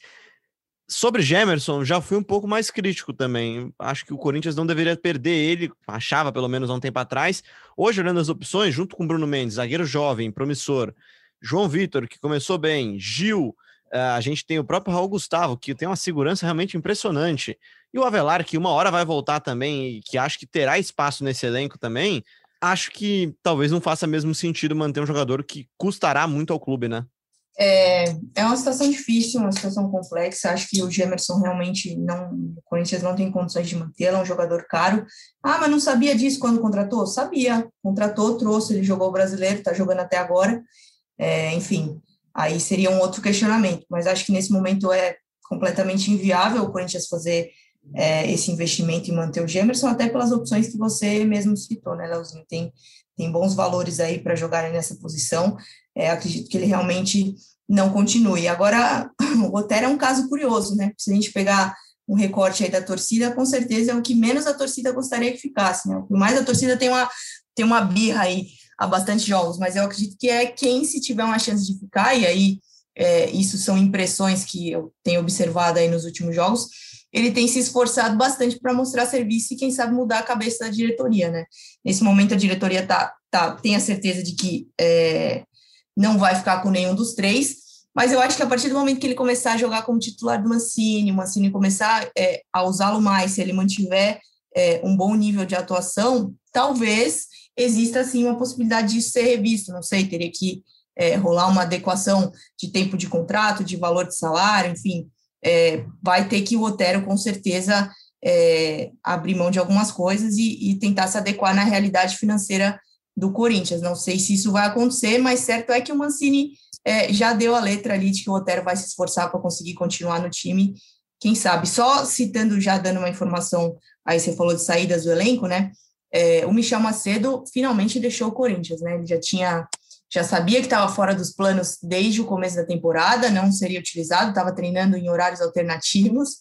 Sobre Gemerson, já fui um pouco mais crítico também. Acho que o Corinthians não deveria perder ele, achava pelo menos há um tempo atrás. Hoje, olhando as opções, junto com Bruno Mendes, zagueiro jovem, promissor, João Vitor, que começou bem, Gil, a gente tem o próprio Raul Gustavo, que tem uma segurança realmente impressionante, e o Avelar, que uma hora vai voltar também, e que acho que terá espaço nesse elenco também. Acho que talvez não faça mesmo sentido manter um jogador que custará muito ao clube, né? É, é uma situação difícil, uma situação complexa. Acho que o Gemerson realmente não, o Corinthians não tem condições de mantê-lo, é um jogador caro. Ah, mas não sabia disso quando contratou? Sabia, contratou, trouxe, ele jogou o brasileiro, está jogando até agora. É, enfim, aí seria um outro questionamento, mas acho que nesse momento é completamente inviável o Corinthians fazer é, esse investimento e manter o Gemerson, até pelas opções que você mesmo citou, né, Leozinho? Tem, tem bons valores aí para jogarem nessa posição. É, acredito que ele realmente não continue. Agora, o Otero é um caso curioso, né? Se a gente pegar um recorte aí da torcida, com certeza é o que menos a torcida gostaria que ficasse, né? O mais a torcida tem uma, tem uma birra aí há bastante jogos, mas eu acredito que é quem, se tiver uma chance de ficar, e aí é, isso são impressões que eu tenho observado aí nos últimos jogos, ele tem se esforçado bastante para mostrar serviço e, quem sabe, mudar a cabeça da diretoria, né? Nesse momento, a diretoria tá, tá, tem a certeza de que é, não vai ficar com nenhum dos três, mas eu acho que a partir do momento que ele começar a jogar como titular do Mancini, o Mancini começar é, a usá-lo mais, se ele mantiver é, um bom nível de atuação, talvez exista, sim, uma possibilidade disso ser revisto, não sei, teria que é, rolar uma adequação de tempo de contrato, de valor de salário, enfim, é, vai ter que o Otero, com certeza, é, abrir mão de algumas coisas e, e tentar se adequar na realidade financeira do Corinthians. Não sei se isso vai acontecer, mas certo é que o Mancini é, já deu a letra ali de que o Otero vai se esforçar para conseguir continuar no time, quem sabe. Só citando, já dando uma informação, aí você falou de saídas do elenco, né? É, o Michel Macedo finalmente deixou o Corinthians, né? Ele já tinha, já sabia que estava fora dos planos desde o começo da temporada, não seria utilizado, estava treinando em horários alternativos.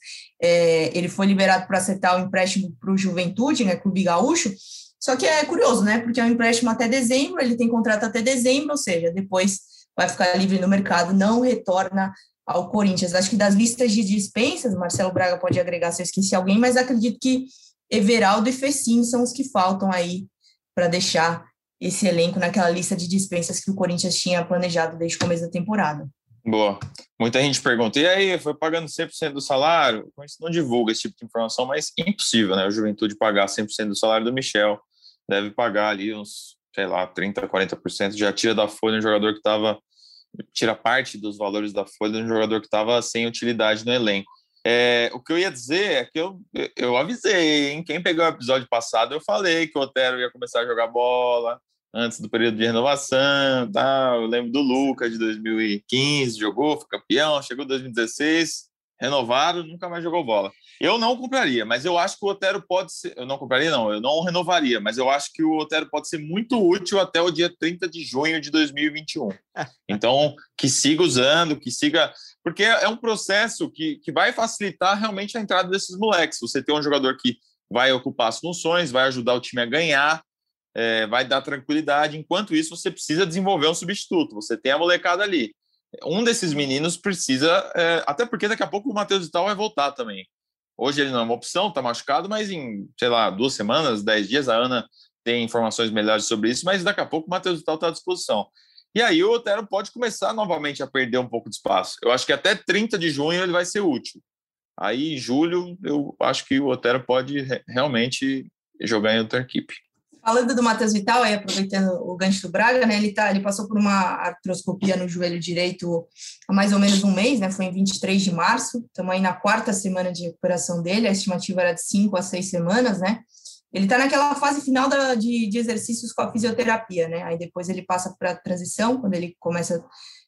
É, ele foi liberado para acertar o empréstimo para o Juventude, né? Clube Gaúcho. Só que é curioso, né? Porque é um empréstimo até dezembro, ele tem contrato até dezembro, ou seja, depois vai ficar livre no mercado, não retorna ao Corinthians. Acho que das listas de dispensas, Marcelo Braga pode agregar se eu esqueci alguém, mas acredito que Everaldo e Fecim são os que faltam aí para deixar esse elenco naquela lista de dispensas que o Corinthians tinha planejado desde o começo da temporada. Boa. Muita gente pergunta, e aí, foi pagando cem por cento do salário? O Corinthians não divulga esse tipo de informação, mas impossível, né? O Juventude pagar cem por cento do salário do Michel. Deve pagar ali uns, sei lá, trinta, quarenta por cento. Já tira da folha um jogador que estava... Tira parte dos valores da folha de um jogador que estava sem utilidade no elenco. É, o que eu ia dizer é que eu, eu avisei, hein? Quem pegou o episódio passado, eu falei que o Otero ia começar a jogar bola antes do período de renovação, tá? Eu lembro do Lucas de dois mil e quinze, jogou, foi campeão, chegou em dois mil e dezesseis, renovaram, nunca mais jogou bola. Eu não compraria, mas eu acho que o Otero pode ser... Eu não compraria, não, eu não renovaria, mas eu acho que o Otero pode ser muito útil até o dia trinta de junho de dois mil e vinte e um. Então, que siga usando, que siga... Porque é um processo que, que vai facilitar realmente a entrada desses moleques. Você tem um jogador que vai ocupar as funções, vai ajudar o time a ganhar, é, vai dar tranquilidade. Enquanto isso, você precisa desenvolver um substituto. Você tem a molecada ali. Um desses meninos precisa... É, até porque daqui a pouco o Matheus Vital vai voltar também. Hoje ele não é uma opção, está machucado, mas em, sei lá, duas semanas, dez dias, a Ana tem informações melhores sobre isso, mas daqui a pouco o Matheus Vital está à disposição. E aí o Otero pode começar novamente a perder um pouco de espaço. Eu acho que até trinta de junho ele vai ser útil. Aí em julho eu acho que o Otero pode realmente jogar em outra equipe. Falando do Matheus Vital, aí aproveitando o gancho do Braga, né, ele, tá, ele passou por uma artroscopia no joelho direito há mais ou menos um mês, né, foi em vinte e três de março, estamos aí na quarta semana de recuperação dele, a estimativa era de cinco a seis semanas, né, ele está naquela fase final da, de, de exercícios com a fisioterapia, né, aí depois ele passa para a transição, quando ele começa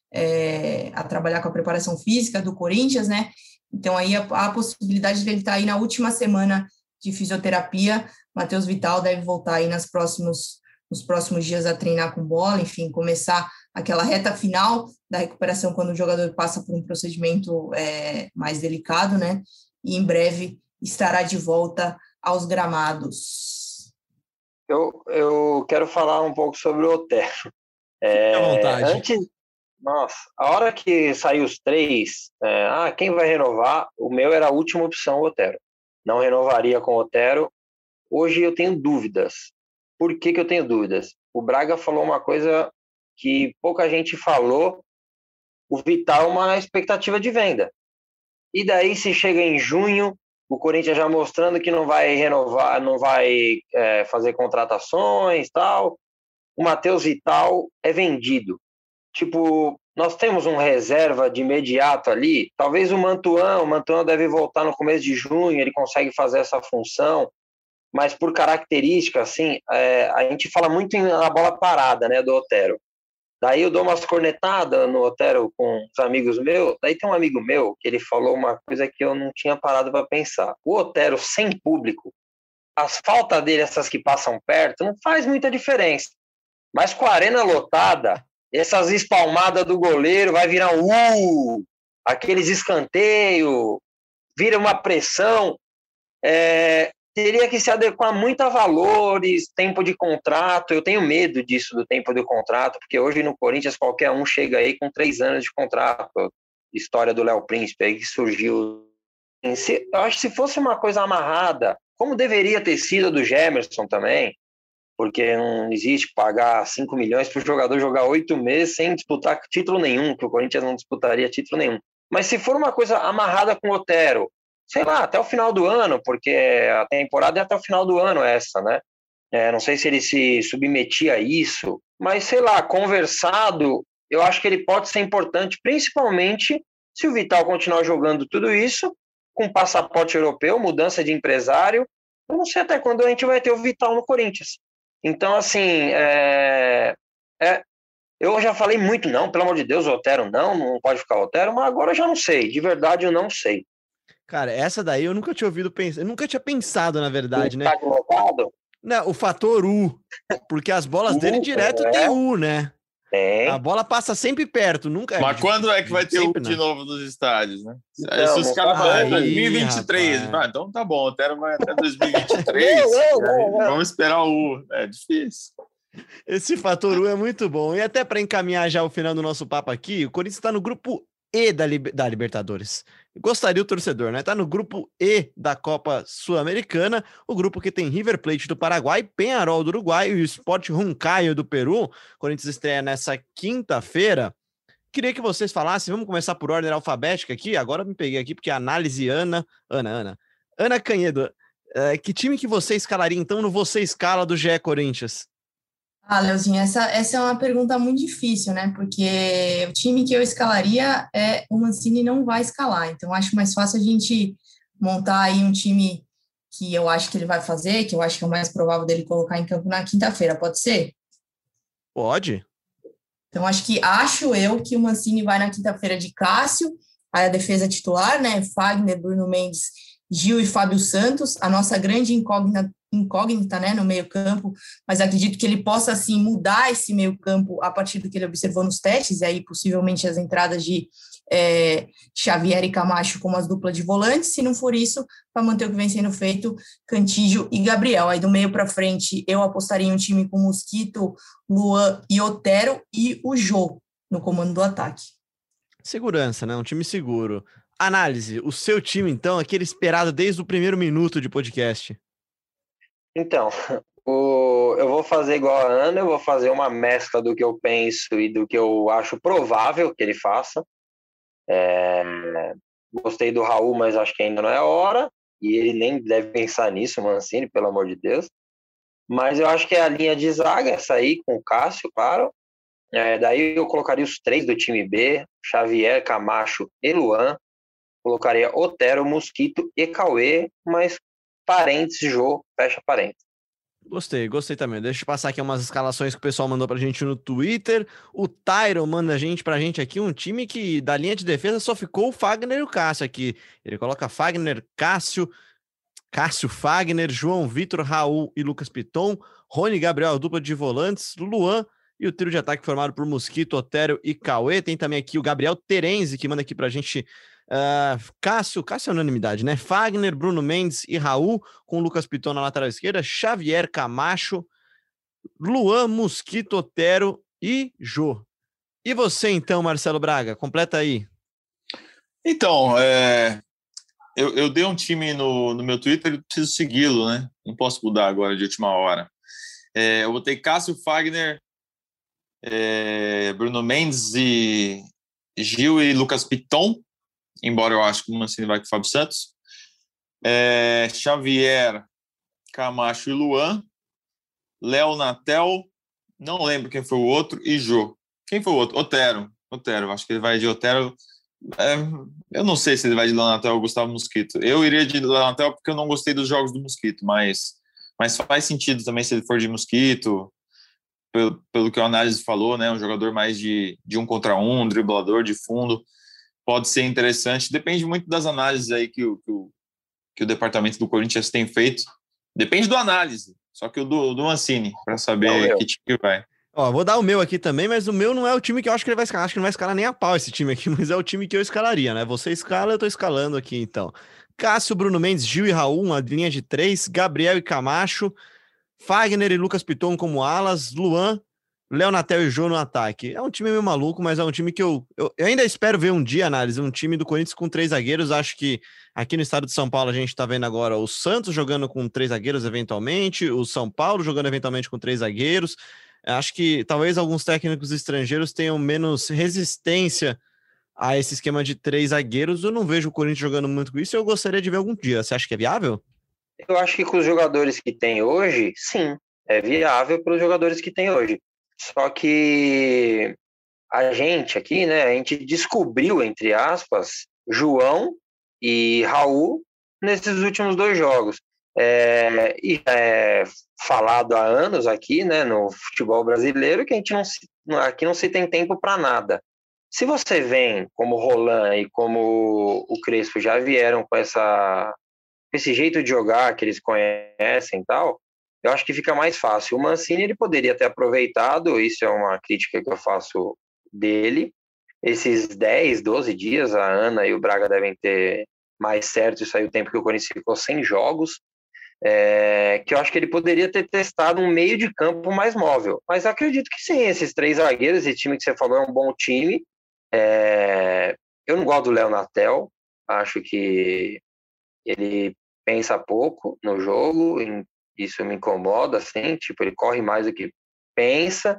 é, a trabalhar com a preparação física do Corinthians, né, então aí a, a possibilidade de ele estar aí na última semana de fisioterapia. Matheus Vital deve voltar aí nas próximos, nos próximos dias a treinar com bola, enfim, começar aquela reta final da recuperação quando o jogador passa por um procedimento é, mais delicado, né? E em breve estará de volta aos gramados. Eu, eu quero falar um pouco sobre o Otero. É, Fique à vontade. Antes, nossa, a hora que saiu os três, é, ah, quem vai renovar? O meu era a última opção, o Otero. Não renovaria com o Otero. Hoje eu tenho dúvidas. Por que que eu tenho dúvidas? O Braga falou uma coisa que pouca gente falou. O Vital é uma expectativa de venda. E daí, se chega em junho, o Corinthians já mostrando que não vai renovar, não vai é, fazer contratações, tal. O Matheus Vital é vendido. Tipo, nós temos um reserva de imediato ali. Talvez o Mantuan, o Mantuan deve voltar no começo de junho, ele consegue fazer essa função. Mas por característica, assim, é, a gente fala muito em a bola parada, né, do Otero. Daí eu dou umas cornetadas no Otero com os amigos meus. Daí tem um amigo meu que ele falou uma coisa que eu não tinha parado para pensar. O Otero sem público, as faltas dele, essas que passam perto, não faz muita diferença. Mas com a arena lotada, essas espalmadas do goleiro vai virar um uh, aqueles escanteios, vira uma pressão. É... Teria que se adequar muito a valores, tempo de contrato. Eu tenho medo disso, do tempo do contrato, porque hoje no Corinthians qualquer um chega aí com três anos de contrato. História do Léo Príncipe aí que surgiu. Se, eu acho que se fosse uma coisa amarrada, como deveria ter sido do Gemerson também, porque não existe pagar cinco milhões para o jogador jogar oito meses sem disputar título nenhum, que o Corinthians não disputaria título nenhum. Mas se for uma coisa amarrada com o Otero, sei lá, até o final do ano, porque a temporada é até o final do ano essa, né? É, não sei se ele se submetia a isso, mas sei lá, conversado, eu acho que ele pode ser importante, principalmente se o Vital continuar jogando tudo isso, com passaporte europeu, mudança de empresário. Eu não sei até quando a gente vai ter o Vital no Corinthians. Então, assim, é, é, eu já falei muito, não, pelo amor de Deus, o Otero não, não pode ficar o Otero, mas agora eu já não sei, de verdade eu não sei. Cara, essa daí eu nunca tinha ouvido pensar, eu nunca tinha pensado, na verdade, né? Tá colocado? Não, o fator U, porque as bolas dele direto é. tem U, né? Tem. A bola passa sempre perto, nunca... Mas quando é que vai ter U Sempre de não. novo nos estádios, né? Então, Se os não caras tá falarem aí, dois mil e vinte e três, rapaz. ah, então tá bom, o Otero vai até dois mil e vinte e três, Não, não, aí não, não. vamos esperar o U, é difícil. Esse fator U é muito bom. E até para encaminhar já o final do nosso papo aqui, o Corinthians está no grupo E da, Liber- da Libertadores. Gostaria o torcedor, né? Tá no grupo E da Copa Sul-Americana, o grupo que tem River Plate do Paraguai, Peñarol do Uruguai e o Sport Huancayo do Peru. O Corinthians estreia nessa quinta-feira. Queria que vocês falassem, vamos começar por ordem alfabética aqui. Agora me peguei aqui porque a análise Ana, Ana, Ana, Ana Canhedo. É, que time que você escalaria então no Você Escala do G E Corinthians? Ah, Leozinho, essa, essa é uma pergunta muito difícil, né? Porque o time que eu escalaria é o Mancini não vai escalar. Então, acho mais fácil a gente montar aí um time que eu acho que ele vai fazer, que eu acho que é o mais provável dele colocar em campo na quinta-feira. Pode ser? Pode. Então, acho que acho eu que o Mancini vai na quinta-feira de Cássio, aí a defesa titular, né? Fagner, Bruno Mendes, Gil e Fábio Santos, a nossa grande incógnita, incógnita né, no meio-campo, mas acredito que ele possa, assim, mudar esse meio-campo a partir do que ele observou nos testes, e aí possivelmente as entradas de é, Xavier e Camacho como as duplas de volantes, se não for isso, para manter o que vem sendo feito, Cantígio e Gabriel. Aí do meio para frente, eu apostaria em um time com Mosquito, Luan e Otero, e o Jô no comando do ataque. Segurança, né? Um time seguro. Análise, o seu time, então, aquele esperado desde o primeiro minuto de podcast. Então, o, eu vou fazer igual a Ana, eu vou fazer uma mescla do que eu penso e do que eu acho provável que ele faça. É, gostei do Raul, mas acho que ainda não é a hora, e ele nem deve pensar nisso, Mancini, pelo amor de Deus. Mas eu acho que é a linha de zaga, essa aí, com o Cássio, claro. É, daí eu colocaria os três do time B, Xavier, Camacho e Luan. Colocaria Otero, Mosquito e Cauê, mas parênteses, Jô, fecha parênteses. Gostei, gostei também. Deixa eu passar aqui umas escalações que o pessoal mandou pra gente no Twitter. O Tyron manda a gente, pra gente aqui um time que da linha de defesa só ficou o Fagner e o Cássio aqui. Ele coloca Fagner, Cássio, Cássio, Fagner, João Vitor, Raul e Lucas Piton, Rony Gabriel, dupla de volantes, Luan e o trio de ataque formado por Mosquito, Otero e Cauê. Tem também aqui o Gabriel Terenzi, que manda aqui pra gente uh, Cássio, Cássio é unanimidade, né? Fagner, Bruno Mendes e Raul, com o Lucas Piton na lateral esquerda, Xavier, Camacho, Luan, Mosquito, Otero e Jô. E você então, Marcelo Braga? Completa aí. Então, é, eu, eu dei um time no, no meu Twitter e preciso segui-lo, né? Não posso mudar agora de última hora. É, eu botei Cássio, Fagner, é, Bruno Mendes e Gil e Lucas Piton, embora eu acho que o Mancini vai com o Fábio Santos. É, Xavier, Camacho e Luan, Léo Natel, não lembro quem foi o outro, e Jô. Quem foi o outro? Otero. Otero, acho que ele vai de Otero. É, eu não sei se ele vai de Léo Natel ou Gustavo Mosquito. Eu iria de Léo Natel porque eu não gostei dos jogos do Mosquito, mas, mas faz sentido também se ele for de Mosquito, pelo, pelo que a análise falou, né? Um jogador mais de, de um contra um, um driblador de fundo, pode ser interessante. Depende muito das análises aí que o, que o, que o departamento do Corinthians tem feito. Depende do análise, só que o do, do Mancini, para saber não, que time vai. Ó, vou dar o meu aqui também, mas o meu não é o time que eu acho que ele vai escalar. Acho que não vai escalar nem a pau esse time aqui, mas é o time que eu escalaria, né? Você escala, eu tô escalando aqui, então. Cássio, Bruno Mendes, Gil e Raul, uma linha de três. Gabriel e Camacho. Fagner e Lucas Piton como alas. Luan, Léo Natel e Jô no ataque. É um time meio maluco, mas é um time que eu, eu, eu ainda espero ver um dia, análise, um time do Corinthians com três zagueiros. Acho que aqui no estado de São Paulo a gente tá vendo agora o Santos jogando com três zagueiros eventualmente, o São Paulo jogando eventualmente com três zagueiros. Acho que talvez alguns técnicos estrangeiros tenham menos resistência a esse esquema de três zagueiros. Eu não vejo o Corinthians jogando muito com isso e eu gostaria de ver algum dia. Você acha que é viável? Eu acho que com os jogadores que tem hoje, sim, é viável para os jogadores que tem hoje. Só que a gente aqui, né, a gente descobriu, entre aspas, João e Raul nesses últimos dois jogos. É, e é falado há anos aqui, né, no futebol brasileiro, que a gente não se, aqui não se tem tempo para nada. Se você vem como Roland e como o Crespo já vieram com essa, esse jeito de jogar que eles conhecem e tal, eu acho que fica mais fácil. O Mancini ele poderia ter aproveitado, isso é uma crítica que eu faço dele, esses dez, doze dias, a Ana e o Braga devem ter mais certo, isso aí o tempo que o Corinthians ficou sem jogos, é, que eu acho que ele poderia ter testado um meio de campo mais móvel. Mas acredito que sim, esses três zagueiros, esse time que você falou é um bom time. É, eu não gosto do Léo Natel, acho que ele pensa pouco no jogo, isso me incomoda, assim, tipo, ele corre mais do que pensa,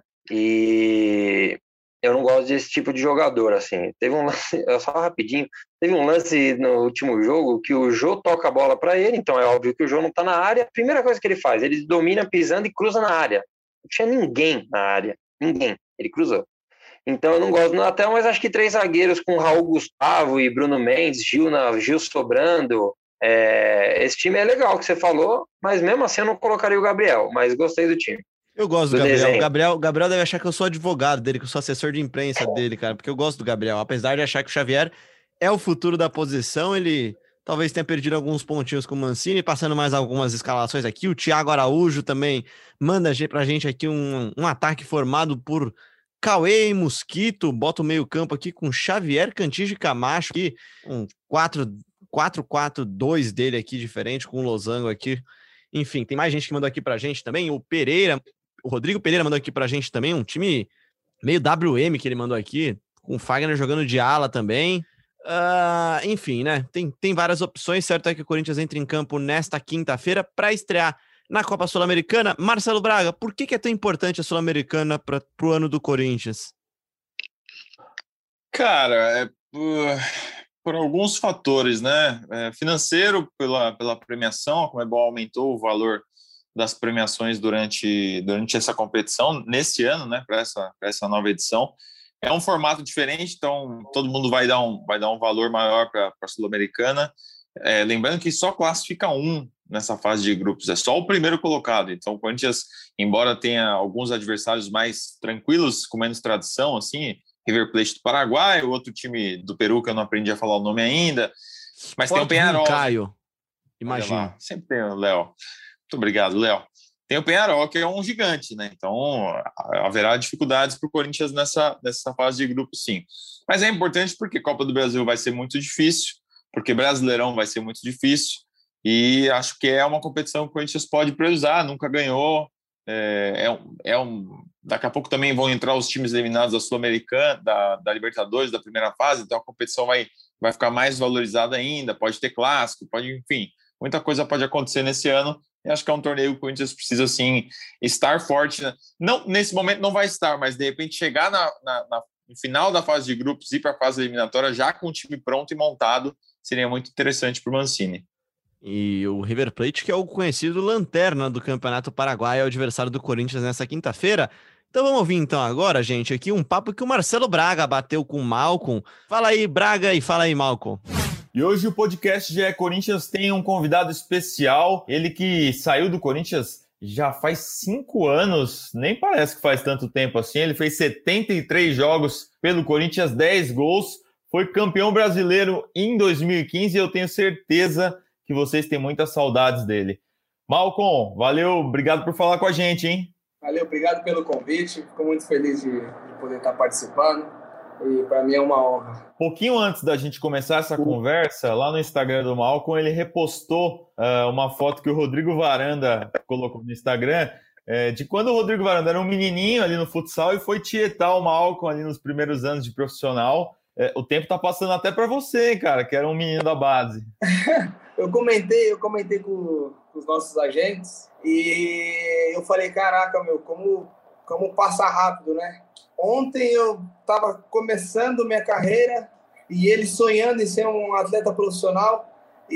e eu não gosto desse tipo de jogador, assim. Teve um lance, só rapidinho, teve um lance no último jogo que o Jô toca a bola para ele, então é óbvio que o Jô não tá na área, a primeira coisa que ele faz, ele domina pisando e cruza na área. Não tinha ninguém na área, ninguém, ele cruzou. Então eu não gosto do Natel, mas acho que três zagueiros com Raul Gustavo e Bruno Mendes, Gil, na, Gil sobrando, é, esse time é legal que você falou, mas mesmo assim eu não colocaria o Gabriel, mas gostei do time. Eu gosto do, do Gabriel. Gabriel. Gabriel deve achar que eu sou advogado dele, que eu sou assessor de imprensa dele, cara, porque eu gosto do Gabriel. Apesar de achar que o Xavier é o futuro da posição, ele talvez tenha perdido alguns pontinhos com o Mancini, passando mais algumas escalações aqui. O Thiago Araújo também manda pra gente aqui um, um ataque formado por Cauê e Mosquito, bota o meio campo aqui com Xavier, Cantígio e Camacho, aqui, um quatro quatro dois dele aqui, diferente, com o Losango aqui. Enfim, tem mais gente que mandou aqui pra gente também, o Pereira, o Rodrigo Pereira mandou aqui pra gente também, um time meio W M que ele mandou aqui, com o Fagner jogando de ala também. Uh, enfim, né, tem, tem várias opções, certo é que o Corinthians entra em campo nesta quinta-feira para estrear na Copa Sul-Americana. Marcelo Braga, por que, que é tão importante a Sul-Americana para o ano do Corinthians? Cara, é por, por alguns fatores, né? É, financeiro, pela, pela premiação, a Conmebol aumentou o valor das premiações durante, durante essa competição, nesse ano, né? Para essa, para essa nova edição. É um formato diferente, então todo mundo vai dar um, vai dar um valor maior para a Sul-Americana. É, lembrando que só classifica um nessa fase de grupos, é só o primeiro colocado. Então o Corinthians, embora tenha alguns adversários mais tranquilos, com menos tradição, assim, River Plate do Paraguai, o outro time do Peru, que eu não aprendi a falar o nome ainda, mas Sport tem o Peñarol. Caio, imagina. Sempre tem o Léo. Muito obrigado, Léo. Tem o Peñarol, que é um gigante, né? Então haverá dificuldades para o Corinthians nessa, nessa fase de grupo, sim. Mas é importante porque Copa do Brasil vai ser muito difícil, porque Brasileirão vai ser muito difícil, e acho que é uma competição que o Corinthians pode priorizar, nunca ganhou. É, é, um, é um, daqui a pouco também vão entrar os times eliminados da Sul-Americana, da, da Libertadores, da primeira fase, então a competição vai, vai ficar mais valorizada ainda, pode ter clássico, pode, enfim, muita coisa pode acontecer nesse ano, e acho que é um torneio que o Corinthians precisa, assim, estar forte, né? Não, nesse momento não vai estar, mas de repente chegar na, na, na, no final da fase de grupos e ir para a fase eliminatória já com o time pronto e montado, seria muito interessante para o Mancini. E o River Plate, que é o conhecido lanterna do Campeonato Paraguai, é o adversário do Corinthians nessa quinta-feira. Então vamos ouvir então agora, gente, aqui um papo que o Marcelo Braga bateu com o Malcolm. Fala aí, Braga, e fala aí, Malcolm. E hoje o podcast G E Corinthians tem um convidado especial, ele que saiu do Corinthians já faz cinco anos, nem parece que faz tanto tempo assim, ele fez setenta e três jogos pelo Corinthians, dez gols, foi campeão brasileiro em dois mil e quinze e eu tenho certeza que vocês têm muitas saudades dele. Malcolm, valeu, obrigado por falar com a gente, hein? Valeu, obrigado pelo convite, fico muito feliz de, de poder estar participando e para mim é uma honra. Pouquinho antes da gente começar essa conversa, lá no Instagram do Malcolm, ele repostou uh, uma foto que o Rodrigo Varanda colocou no Instagram, uh, de quando o Rodrigo Varanda era um menininho ali no futsal e foi tietar o Malcolm ali nos primeiros anos de profissional. Uh, o tempo tá passando até para você, cara, que era um menino da base. Eu comentei, eu comentei com, com os nossos agentes e eu falei, caraca, meu, como, como passa rápido, né? Ontem eu estava começando minha carreira e ele sonhando em ser um atleta profissional,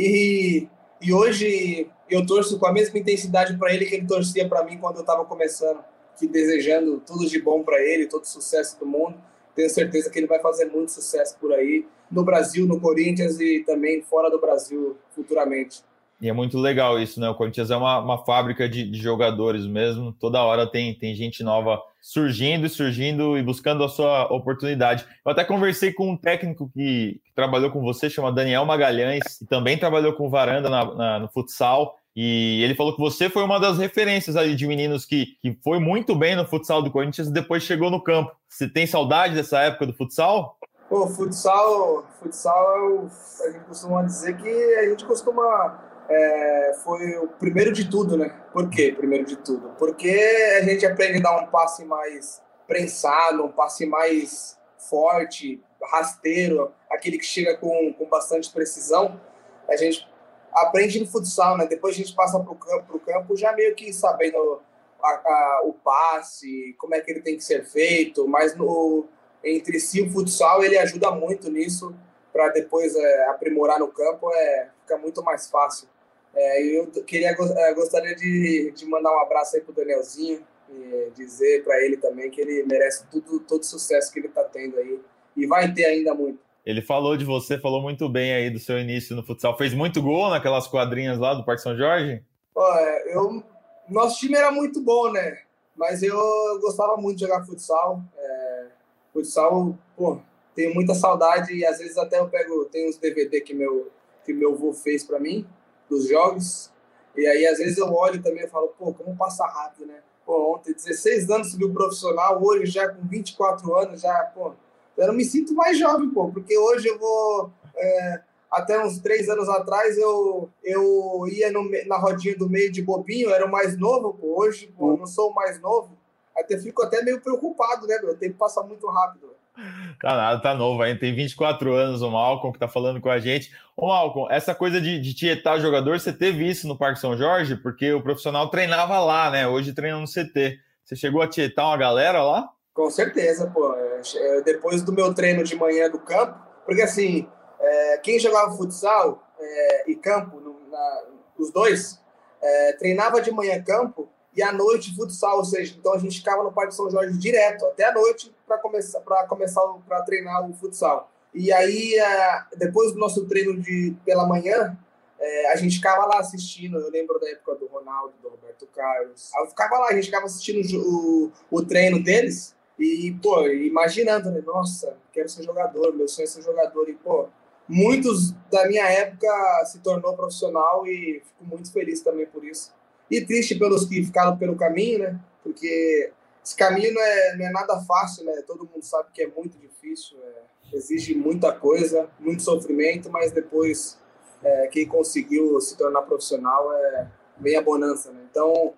e, e hoje eu torço com a mesma intensidade para ele que ele torcia para mim quando eu estava começando, que desejando tudo de bom para ele, todo o sucesso do mundo. Tenho certeza que ele vai fazer muito sucesso por aí, no Brasil, no Corinthians e também fora do Brasil futuramente. E é muito legal isso, né? O Corinthians é uma, uma fábrica de, de jogadores mesmo. Toda hora tem, tem gente nova surgindo e surgindo e buscando a sua oportunidade. Eu até conversei com um técnico que, que trabalhou com você, chama Daniel Magalhães, e também trabalhou com o Varanda na, na, no futsal. E ele falou que você foi uma das referências ali de meninos que, que foi muito bem no futsal do Corinthians e depois chegou no campo. Você tem saudade dessa época do futsal? Pô, futsal, futsal é o, a gente costuma dizer que a gente costuma... É, foi o primeiro de tudo, né? Por quê primeiro de tudo? Porque a gente aprende a dar um passe mais prensado, um passe mais forte, rasteiro, aquele que chega com, com bastante precisão. A gente aprende no futsal, né? Depois a gente passa para o campo, pro campo já meio que sabendo a, a, o passe, como é que ele tem que ser feito, mas no, entre si o futsal ele ajuda muito nisso, para depois é, aprimorar no campo, é, fica muito mais fácil. É, eu queria, gostaria de, de mandar um abraço aí pro Danielzinho e dizer para ele também que ele merece tudo, todo o sucesso que ele está tendo aí e vai ter ainda muito. Ele falou de você, falou muito bem aí do seu início no futsal. Fez muito gol naquelas quadrinhas lá do Parque São Jorge? Olha, eu, nosso time era muito bom, né? Mas eu gostava muito de jogar futsal. É, futsal, pô, tenho muita saudade e às vezes até eu pego, tem uns D V D que meu, que meu avô fez para mim, dos jogos, e aí às vezes eu olho também e falo, pô, como passa rápido, né? Pô, ontem, dezesseis anos subiu profissional, hoje já com vinte e quatro anos, já, pô, eu não me sinto mais jovem, pô, porque hoje eu vou, é, até uns três anos atrás, eu, eu ia no, na rodinha do meio de bobinho, eu era o mais novo, pô, hoje, pô, eu não sou o mais novo, até fico até meio preocupado, né, meu? O tempo passa muito rápido. Tá nada, tá novo ainda, tem vinte e quatro anos o Malcolm que tá falando com a gente. Ô Malcolm, essa coisa de, de tietar jogador, você teve isso no Parque São Jorge? Porque o profissional treinava lá, né? Hoje treina no C T. Você chegou a tietar uma galera lá? Com certeza, pô. É, depois do meu treino de manhã do campo, porque assim, é, quem jogava futsal é, e campo, no, na, os dois, é, treinava de manhã campo e à noite futsal, ou seja, então a gente ficava no Parque São Jorge direto, até a noite, para começar para começar para treinar o futsal. E aí, depois do nosso treino de pela manhã, a gente ficava lá assistindo. Eu lembro da época do Ronaldo, do Roberto Carlos. Eu ficava lá, a gente ficava assistindo o, o treino deles e, pô, imaginando, né? Nossa, quero ser jogador, meu sonho é ser jogador. E, pô, muitos da minha época se tornou profissional e fico muito feliz também por isso. E triste pelos que ficaram pelo caminho, né? Porque esse caminho não é, não é nada fácil, né? Todo mundo sabe que é muito difícil, é, exige muita coisa, muito sofrimento, mas depois é, quem conseguiu se tornar profissional é bem a bonança, né? Então,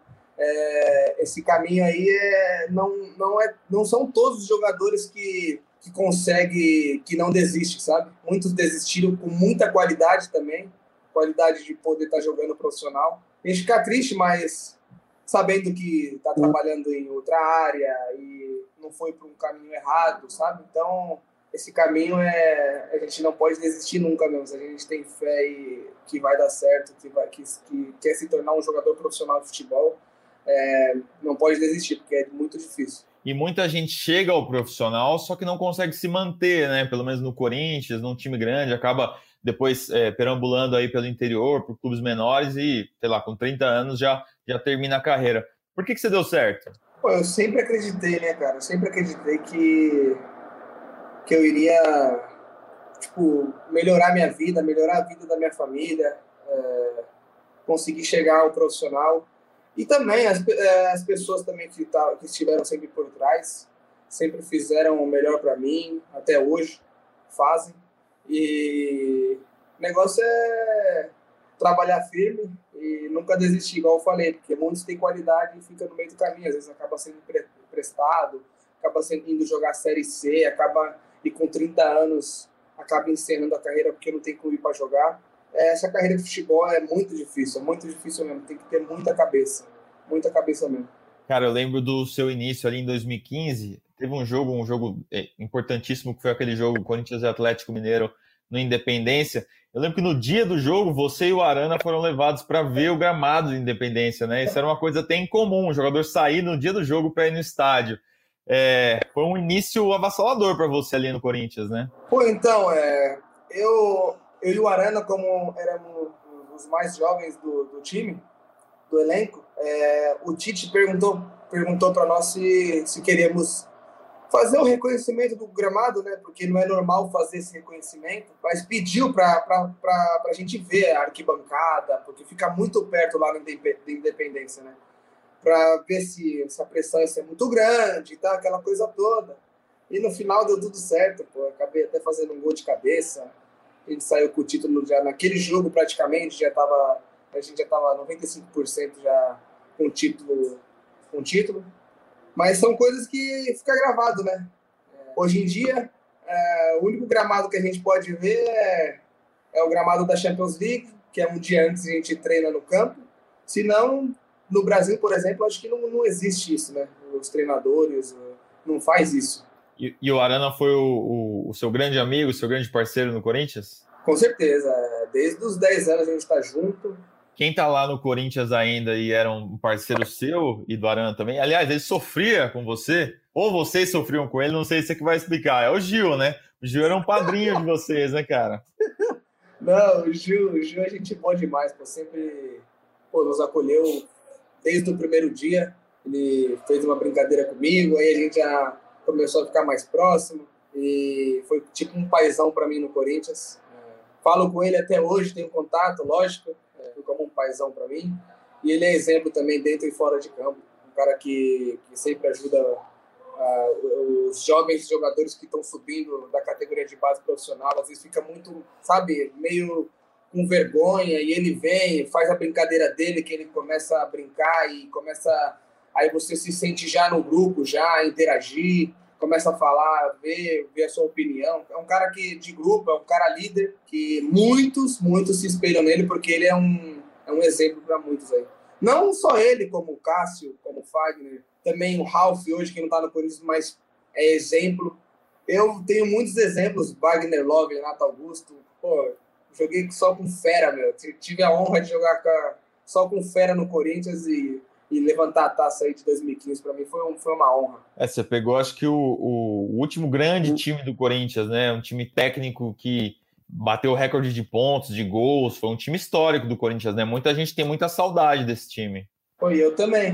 é, esse caminho aí é, não, não, é, não são todos os jogadores que, que conseguem, que não desistem, sabe? Muitos desistiram com muita qualidade também, qualidade de poder estar jogando profissional. A gente fica triste, mas sabendo que está trabalhando em outra área e não foi para um caminho errado, sabe? Então, esse caminho é... A gente não pode desistir nunca mesmo. A gente tem fé e que vai dar certo, que, vai, que, que quer se tornar um jogador profissional de futebol, é, não pode desistir, porque é muito difícil. E muita gente chega ao profissional, só que não consegue se manter, né? Pelo menos no Corinthians, num time grande, acaba depois é, perambulando aí pelo interior, por clubes menores e, sei lá, com trinta anos já, já termina a carreira. Por que que você deu certo? Pô, eu sempre acreditei, né, cara? Eu sempre acreditei que, que eu iria, tipo, melhorar minha vida, melhorar a vida da minha família, é, conseguir chegar ao profissional. E também as, as pessoas também que, tá, que estiveram sempre por trás, sempre fizeram o melhor para mim, até hoje, fazem. E o negócio é trabalhar firme e nunca desistir, igual eu falei, porque muitos têm qualidade e fica no meio do caminho, às vezes acaba sendo emprestado, acaba sendo indo jogar Série C, acaba, e com trinta anos acaba encerrando a carreira porque não tem clube para jogar. Essa carreira de futebol é muito difícil, é muito difícil mesmo, tem que ter muita cabeça, muita cabeça mesmo. Cara, eu lembro do seu início ali em dois mil e quinze, teve um jogo, um jogo importantíssimo, que foi aquele jogo Corinthians e Atlético Mineiro no Independência. Eu lembro que no dia do jogo, você e o Arana foram levados para ver o gramado de Independência, né? Isso era uma coisa até incomum, o jogador sair no dia do jogo para ir no estádio. É, foi um início avassalador para você ali no Corinthians, né? Pô, então, é, eu, eu e o Arana, como éramos os mais jovens do, do time, do elenco, é, o Tite perguntou, perguntou para nós se, se queríamos fazer o reconhecimento do gramado, né? Porque não é normal fazer esse reconhecimento, mas pediu para a gente ver a arquibancada, porque fica muito perto lá na Independência, né? Para ver se, se a pressão ia ser muito grande e tal, aquela coisa toda. E no final deu tudo certo, pô. Acabei até fazendo um gol de cabeça. A gente saiu com o título já naquele jogo, praticamente, já tava, a gente já estava noventa e cinco por cento já com título, com título. Mas são coisas que fica gravado, né? Hoje em dia, é, o único gramado que a gente pode ver é, é o gramado da Champions League, que é um dia antes a gente treina no campo. Se não, no Brasil, por exemplo, acho que não, não existe isso, né? Os treinadores não faz isso. E, e o Arana foi o, o, o seu grande amigo, o seu grande parceiro no Corinthians? Com certeza. Desde os dez anos a gente está junto. Quem tá lá no Corinthians ainda e era um parceiro seu e do Arana também, aliás, ele sofria com você, ou vocês sofriam com ele, não sei se é que vai explicar, é o Gil, né? O Gil era um padrinho de vocês, né, cara? Não, o Gil, o Gil é gente boa demais, pô, sempre pô, nos acolheu desde o primeiro dia, ele fez uma brincadeira comigo, aí a gente já começou a ficar mais próximo, e foi tipo um paizão para mim no Corinthians. Falo com ele até hoje, tenho contato, lógico, foi como um paizão para mim, e ele é exemplo também dentro e fora de campo, um cara que, que sempre ajuda uh, os jovens jogadores que estão subindo da categoria de base profissional, às vezes fica muito, sabe, meio com vergonha, e ele vem, faz a brincadeira dele, que ele começa a brincar e começa, aí você se sente já no grupo, já interagir, começa a falar, ver, ver a sua opinião. É um cara que, de grupo, é um cara líder, que muitos, muitos se espelham nele, porque ele é um, é um exemplo para muitos aí. Não só ele, como o Cássio, como o Fagner, também o Ralf hoje, que não está no Corinthians, mas é exemplo. Eu tenho muitos exemplos, Wagner Love, Renato Augusto, pô, joguei só com fera, meu. Tive a honra de jogar com, só com fera no Corinthians e E levantar a taça aí de dois mil e quinze, para mim, foi, um, foi uma honra. É, você pegou, acho que, o, o último grande time do Corinthians, né? Um time técnico que bateu o recorde de pontos, de gols. Foi um time histórico do Corinthians, né? Muita gente tem muita saudade desse time. Foi, eu também.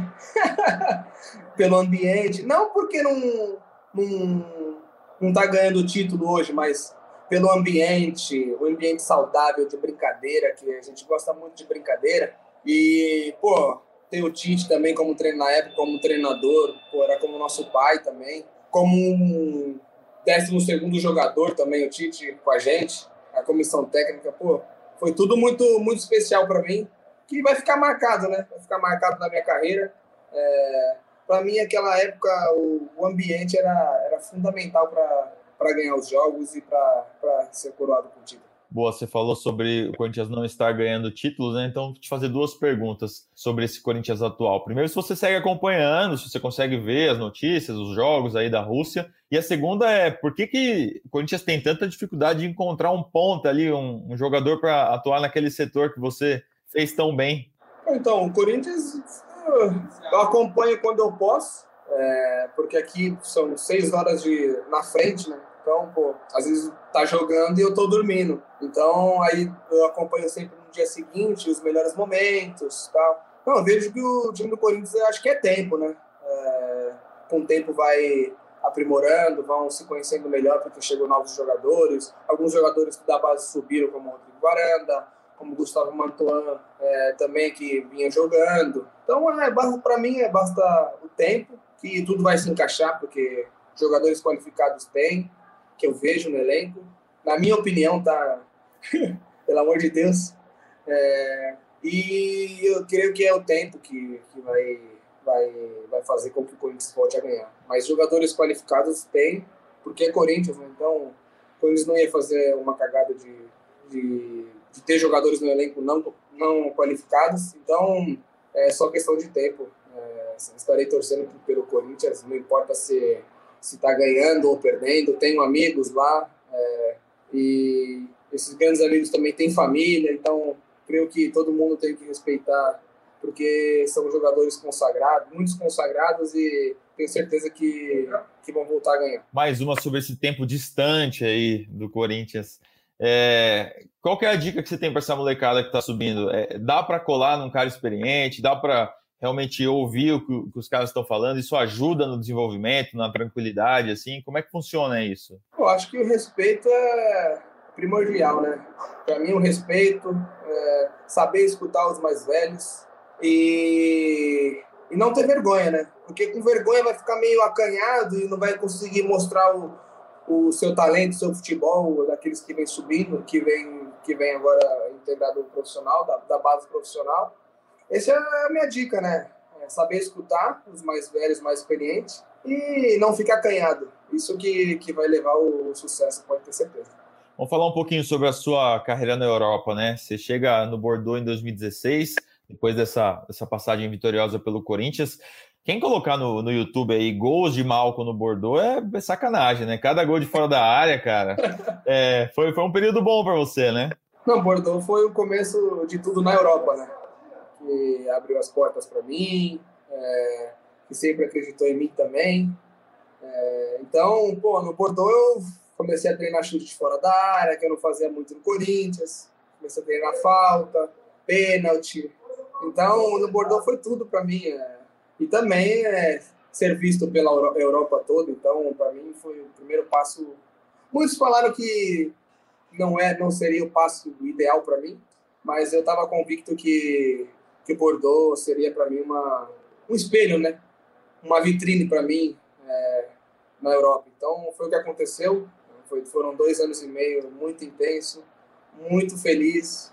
Pelo ambiente. Não porque não, não, não tá ganhando o título hoje, mas pelo ambiente, o ambiente saudável de brincadeira, que a gente gosta muito de brincadeira. E, pô... Tem o Tite também como treinador, na época como treinador, pô, era como nosso pai também, como um décimo segundo jogador também, o Tite com a gente, a comissão técnica, pô, foi tudo muito, muito especial para mim, que vai ficar marcado, né? Vai ficar marcado na minha carreira. É, para mim, naquela época, o, o ambiente era, era fundamental para ganhar os jogos e para ser coroado com o título. Boa, você falou sobre o Corinthians não estar ganhando títulos, né? Então, vou te fazer duas perguntas sobre esse Corinthians atual. Primeiro, se você segue acompanhando, se você consegue ver as notícias, os jogos aí da Rússia. E a segunda é, por que, que o Corinthians tem tanta dificuldade de encontrar um ponta ali, um, um jogador para atuar naquele setor que você fez tão bem? Então, o Corinthians eu acompanho quando eu posso, é, porque aqui são seis horas de, na frente, né? Então, pô, às vezes tá jogando e eu tô dormindo. Então, aí eu acompanho sempre no dia seguinte os melhores momentos e tal. Não, eu vejo que o time do Corinthians, eu acho que é tempo, né? É, com o tempo vai aprimorando, vão se conhecendo melhor porque chegam novos jogadores. Alguns jogadores que da base subiram, como o Rodrigo Varanda, como o Gustavo Mantuan, é, também, que vinha jogando. Então, é, para mim, é, basta o tempo que tudo vai se encaixar, porque jogadores qualificados tem, que eu vejo no elenco. Na minha opinião, tá? Pelo amor de Deus. É, e eu creio que é o tempo que, que vai, vai, vai fazer com que o Corinthians volte a ganhar. Mas jogadores qualificados tem, porque é Corinthians, né? Então o Corinthians não ia fazer uma cagada de, de, de ter jogadores no elenco não, não qualificados. Então é só questão de tempo. É, estarei torcendo pelo Corinthians, não importa se se está ganhando ou perdendo. Tenho amigos lá, é, e esses grandes amigos também têm família, então creio que todo mundo tem que respeitar, porque são jogadores consagrados, muitos consagrados, e tenho certeza que, que vão voltar a ganhar. Mais uma sobre esse tempo distante aí do Corinthians. É, qual que é a dica que você tem para essa molecada que está subindo? É, dá para colar num cara experiente? Dá para realmente ouvir o que, o que os caras estão falando? Isso ajuda no desenvolvimento, na tranquilidade, assim? Como é que funciona isso? Eu acho que o respeito é primordial, né? Para mim, o respeito, é saber escutar os mais velhos e, e não ter vergonha, né? Porque com vergonha vai ficar meio acanhado e não vai conseguir mostrar o, o seu talento, o seu futebol, daqueles que vem subindo, que vem, que vem agora integrado no profissional, da, da base profissional. Essa é a minha dica, né? É saber escutar os mais velhos, mais experientes e não ficar acanhado. Isso que, que vai levar o, o sucesso, pode ter certeza. Vamos falar um pouquinho sobre a sua carreira na Europa, né? Você chega no Bordeaux em dois mil e dezesseis, depois dessa, dessa passagem vitoriosa pelo Corinthians. Quem colocar no, no YouTube aí gols de Malcom no Bordeaux é sacanagem, né? Cada gol de fora da área, cara. É, foi, foi um período bom para você, né? Não, Bordeaux foi o começo de tudo na Europa, né? Que abriu as portas para mim, é, que sempre acreditou em mim também. É, então, pô, no Bordeaux eu comecei a treinar chute de fora da área, que eu não fazia muito no Corinthians. Comecei a treinar falta, pênalti. Então, no Bordeaux foi tudo para mim. É, e também é, ser visto pela Europa toda. Então, para mim, foi o primeiro passo. Muitos falaram que não, é, não seria o passo ideal para mim, mas eu estava convicto que que o Bordeaux seria para mim uma, um espelho, né? Uma vitrine para mim é, na Europa. Então, foi o que aconteceu. Foi, foram dois anos e meio muito intenso, muito feliz,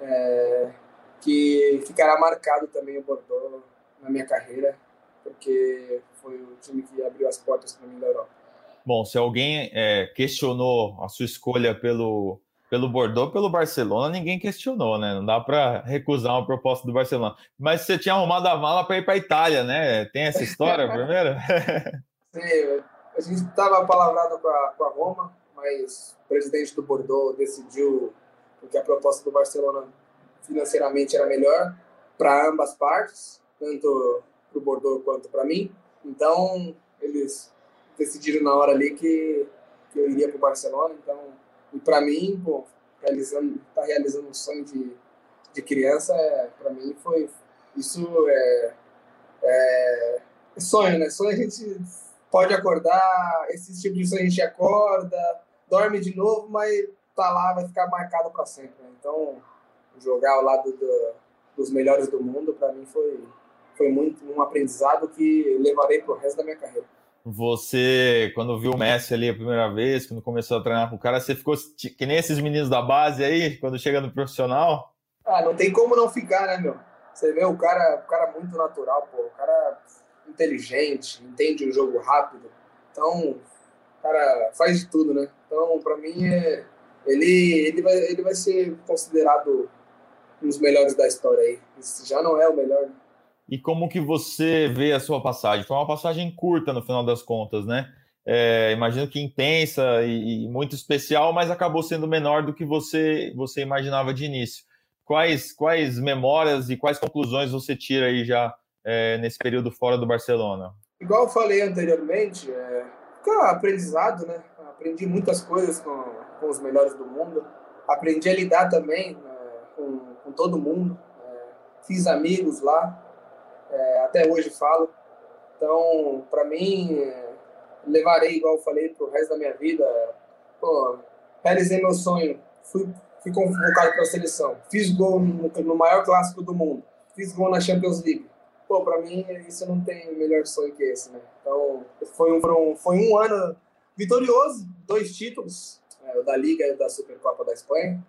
é, que ficará marcado também o Bordeaux na minha carreira, porque foi o time que abriu as portas para mim da Europa. Bom, se alguém é, questionou a sua escolha pelo... Pelo Bordeaux, pelo Barcelona, ninguém questionou, né? Não dá para recusar uma proposta do Barcelona. Mas você tinha arrumado a mala para ir para a Itália, né? Tem essa história primeiro? Sim, a gente estava palavrado com a, com a Roma, mas o presidente do Bordeaux decidiu que a proposta do Barcelona financeiramente era melhor para ambas partes, tanto para o Bordeaux quanto para mim. Então, eles decidiram na hora ali que, que eu iria para o Barcelona, então... E para mim, pô, realizando, tá realizando um sonho de, de criança, é, para mim foi isso é, é, é sonho, né? Sonho a gente pode acordar, esse tipo de sonho a gente acorda, dorme de novo, mas tá lá, vai ficar marcado para sempre. Né? Então, jogar ao lado do, dos melhores do mundo, para mim foi foi muito um aprendizado que levarei pro resto da minha carreira. Você, quando viu o Messi ali a primeira vez, quando começou a treinar com o cara, você ficou que nem esses meninos da base aí, quando chega no profissional? Ah, não tem como não ficar, né, meu? Você vê o cara, o cara muito natural, pô, o cara inteligente, entende o jogo rápido. Então, o cara faz de tudo, né? Então, pra mim, é, ele, ele, vai, ele vai ser considerado um dos melhores da história aí. Esse já não é o melhor, né? E como que você vê a sua passagem? Foi uma passagem curta, no final das contas, né? É, imagino que intensa e, e muito especial, mas acabou sendo menor do que você, você imaginava de início. Quais, quais memórias e quais conclusões você tira aí já é, nesse período fora do Barcelona? Igual eu falei anteriormente, é, fica aprendizado, né? Aprendi muitas coisas com, com os melhores do mundo. Aprendi a lidar também é, com, com todo mundo. É, fiz amigos lá. É, até hoje falo. Então, para mim, é, levarei, igual eu falei, pro resto da minha vida. Pô, realizei meu sonho. Fui, fui convocado para a seleção. Fiz gol no, no maior clássico do mundo. Fiz gol na Champions League. Pô, para mim, isso não tem melhor sonho que esse, né? Então, foi um, foi um, foi um ano vitorioso. Dois títulos. É, o da Liga e o da Supercopa da Espanha.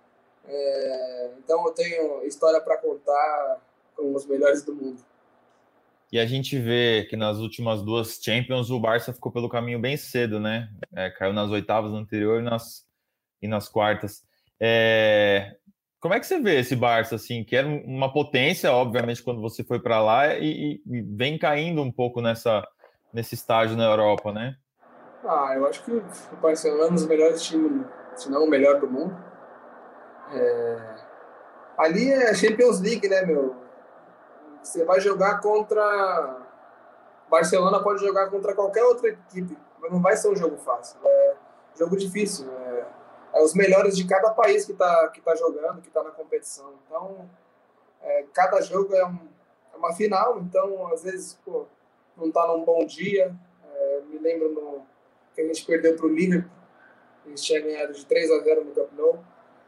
É, então, eu tenho história para contar com os melhores do mundo. E a gente vê que nas últimas duas Champions o Barça ficou pelo caminho bem cedo, né? É, caiu nas oitavas no anterior e nas, e nas quartas. É... Como é que você vê esse Barça, assim, que era uma potência, obviamente, quando você foi para lá e, e vem caindo um pouco nessa, nesse estágio na Europa, né? Ah, eu acho que o Barcelona é um dos melhores times, se não o melhor do mundo. É... Ali é Champions League, né, meu? Você vai jogar contra... Barcelona pode jogar contra qualquer outra equipe, mas não vai ser um jogo fácil. É um jogo difícil. É, é os melhores de cada país que está que tá jogando, que está na competição. Então, é, cada jogo é, um, é uma final. Então, às vezes, pô, não está num bom dia. É, me lembro no, que a gente perdeu para o Liverpool. A gente tinha ganhado de três a zero no Camp Nou.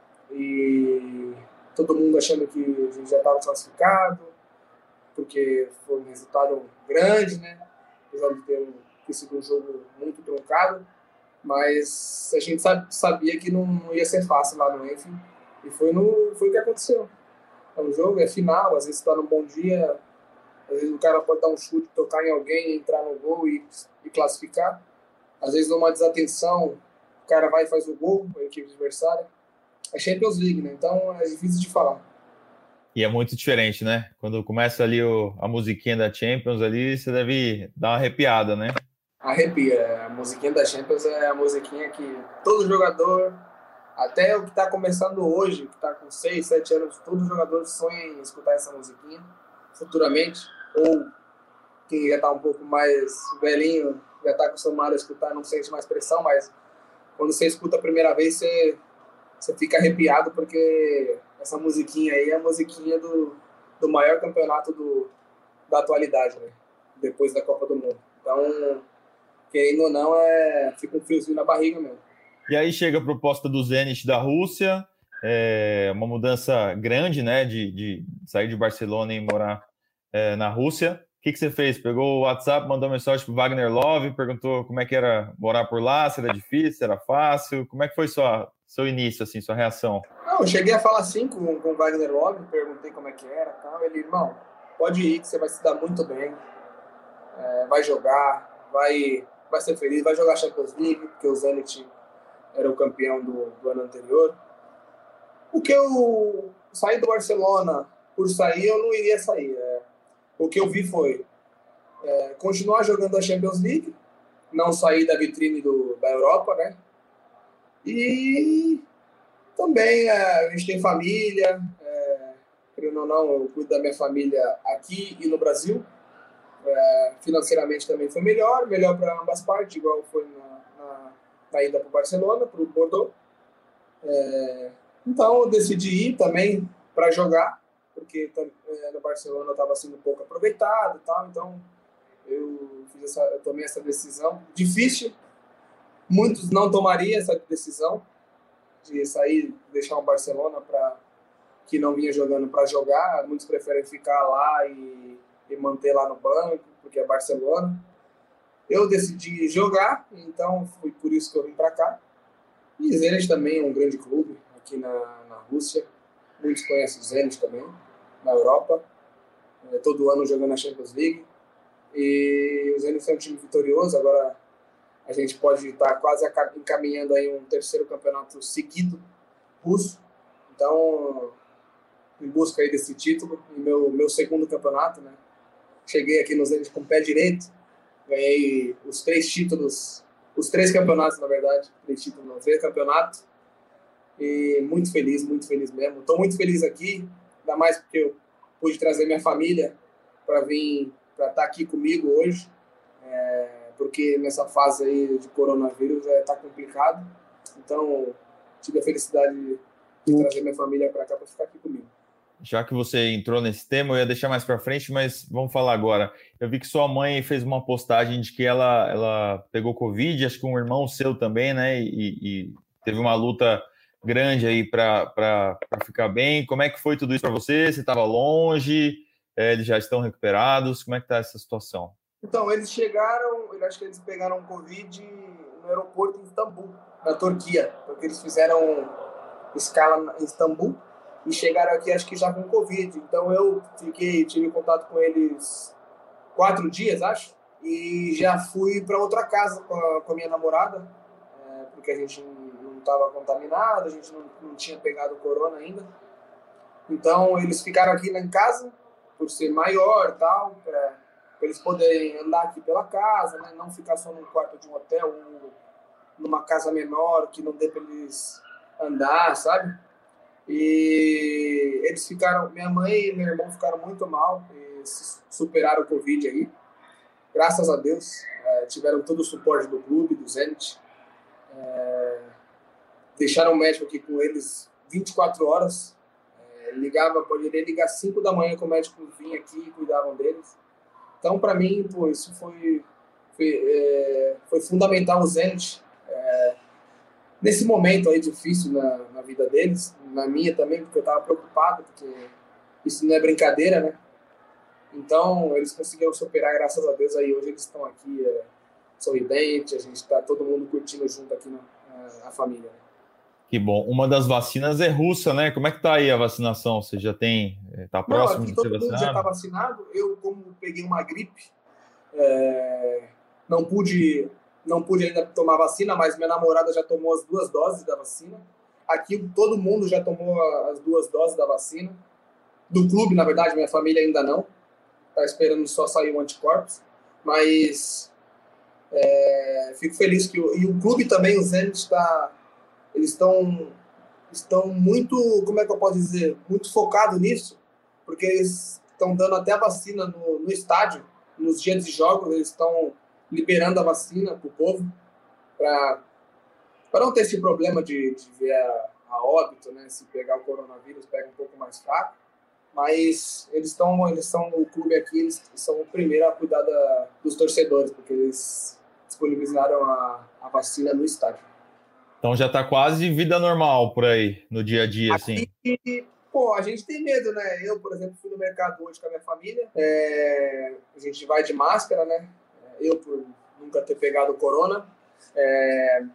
E todo mundo achando que a gente já estava classificado, porque foi um resultado grande, né? Apesar de ter, um, ter sido um jogo muito truncado, mas a gente sabe, sabia que não, não ia ser fácil lá no Enfield, e foi, no, foi o que aconteceu. É um jogo, é final, às vezes está num bom dia, às vezes o cara pode dar um chute, tocar em alguém, entrar no gol e, e classificar. Às vezes numa desatenção, o cara vai e faz o gol, a equipe adversária. É Champions League, né? Então é difícil de falar. E é muito diferente, né? Quando começa ali o, a musiquinha da Champions ali, você deve dar uma arrepiada, né? Arrepia. A musiquinha da Champions é a musiquinha que todo jogador, até o que está começando hoje, que está com seis, sete anos, todo jogador sonha em escutar essa musiquinha futuramente. Ou quem já está um pouco mais velhinho, já está acostumado a escutar, não sente mais pressão, mas quando você escuta a primeira vez, você, você fica arrepiado, porque essa musiquinha aí é a musiquinha do, do maior campeonato do, da atualidade, né? Depois da Copa do Mundo. Então, querendo ou não, é, fica um friozinho na barriga mesmo. E aí chega a proposta do Zenit da Rússia, é uma mudança grande, né? De, de sair de Barcelona e morar é, na Rússia. O que, que você fez? Pegou o WhatsApp, mandou mensagem para o Wagner Love, perguntou como é que era morar por lá, se era difícil, se era fácil. Como é que foi sua, seu início, assim, sua reação? Não, eu cheguei a falar assim com, com o Wagner Love, perguntei como é que era e tal. Ele, irmão, pode ir, que você vai se dar muito bem, é, vai jogar, vai, vai ser feliz, vai jogar Champions League, porque o Zenit era o campeão do, do ano anterior. O que eu saí do Barcelona por sair, eu não iria sair. É, o que eu vi foi é, continuar jogando a Champions League, não sair da vitrine do, da Europa, né? E também é, a gente tem família, é, querendo ou não, eu cuido da minha família aqui e no Brasil. É, financeiramente também foi melhor, melhor para ambas partes, igual foi na, na, na ida para o Barcelona, para o Bordeaux. É, então eu decidi ir também para jogar, porque é, no Barcelona eu estava sendo pouco aproveitado e tal, então eu, fiz essa, eu tomei essa decisão difícil. Muitos não tomariam essa decisão de sair, deixar o Barcelona para que não vinha jogando para jogar. Muitos preferem ficar lá e, e manter lá no banco, porque é Barcelona. Eu decidi jogar, então foi por isso que eu vim para cá. E Zenit também é um grande clube aqui na, na Rússia. Muitos conhecem o Zenit também, na Europa. É, todo ano jogando na Champions League. E o Zenit é um time vitorioso. Agora a gente pode estar quase encaminhando aí um terceiro campeonato seguido russo. Então, em busca aí desse título, e meu, meu segundo campeonato, né? Cheguei aqui no Zenit com o pé direito, ganhei os três títulos, os três campeonatos, na verdade, três títulos, não, três campeonatos, e muito feliz, muito feliz mesmo. Estou muito feliz aqui, ainda mais porque eu pude trazer minha família para vir, para estar aqui comigo hoje, é, porque nessa fase aí de coronavírus está é, complicado. Então, tive a felicidade de, de trazer minha família para cá para ficar aqui comigo. Já que você entrou nesse tema, eu ia deixar mais para frente, mas vamos falar agora. Eu vi que sua mãe fez uma postagem de que ela, ela pegou Covid, acho que um irmão seu também, né? E, e teve uma luta grande aí para ficar bem. Como é que foi tudo isso para você? Você estava longe? É, eles já estão recuperados? Como é que está essa situação? Então, eles chegaram, eu acho que eles pegaram Covid no aeroporto em Istambul, na Turquia, porque eles fizeram escala em Istambul e chegaram aqui, acho que já com Covid. Então, eu fiquei, tive contato com eles quatro dias, acho, e já fui para outra casa com a, com a minha namorada, é, porque a gente não estava contaminado, a gente não, não tinha pegado corona ainda. Então, eles ficaram aqui em casa, por ser maior e tal, pra, para eles poderem andar aqui pela casa, né? Não ficar só num quarto de um hotel ou numa casa menor que não dê para eles andar, sabe? E eles ficaram, minha mãe e meu irmão ficaram muito mal, e superaram o Covid aí, graças a Deus, é, tiveram todo o suporte do clube, do Zenit, é, deixaram o médico aqui com eles vinte e quatro horas, é, ligava, poderia ligar cinco da manhã que o médico vinha aqui e cuidavam deles. Então, para mim, pô, isso foi, foi, é, foi fundamental o Zenit, é, nesse momento aí difícil na, na vida deles, na minha também, porque eu estava preocupado, porque isso não é brincadeira, né? Então, eles conseguiram superar, graças a Deus, aí hoje eles estão aqui é, sorridentes, a gente está todo mundo curtindo junto aqui na a, a família. Né? Que bom. Uma das vacinas é russa, né? Como é que tá aí a vacinação? Você já tem, tá próximo não, de todo ser mundo vacinado? já está vacinado. Eu, como peguei uma gripe, é, não pude... Não pude ainda tomar vacina, mas minha namorada já tomou as duas doses da vacina. Aqui todo mundo já tomou as duas doses da vacina. Do clube, na verdade, minha família ainda não. Está esperando só sair o anticorpos. Mas é, fico feliz que... O, e o clube também, o Zenit, está... Eles estão estão muito... Como é que eu posso dizer? Muito focado nisso. Porque eles estão dando até a vacina no, no estádio. Nos dias de jogos, eles estão... liberando a vacina para o povo, para não ter esse problema de, de ver a, a óbito, né? Se pegar o coronavírus, pega um pouco mais fraco. Mas eles estão, eles são o clube aqui, eles são o primeiro a cuidar da, dos torcedores, porque eles disponibilizaram a, a vacina no estádio. Então já está quase vida normal por aí, no dia a dia, aqui, assim. Pô, a gente tem medo, né? Eu, por exemplo, fui no mercado hoje com a minha família, é, a gente vai de máscara, né? Eu, por nunca ter pegado corona, é,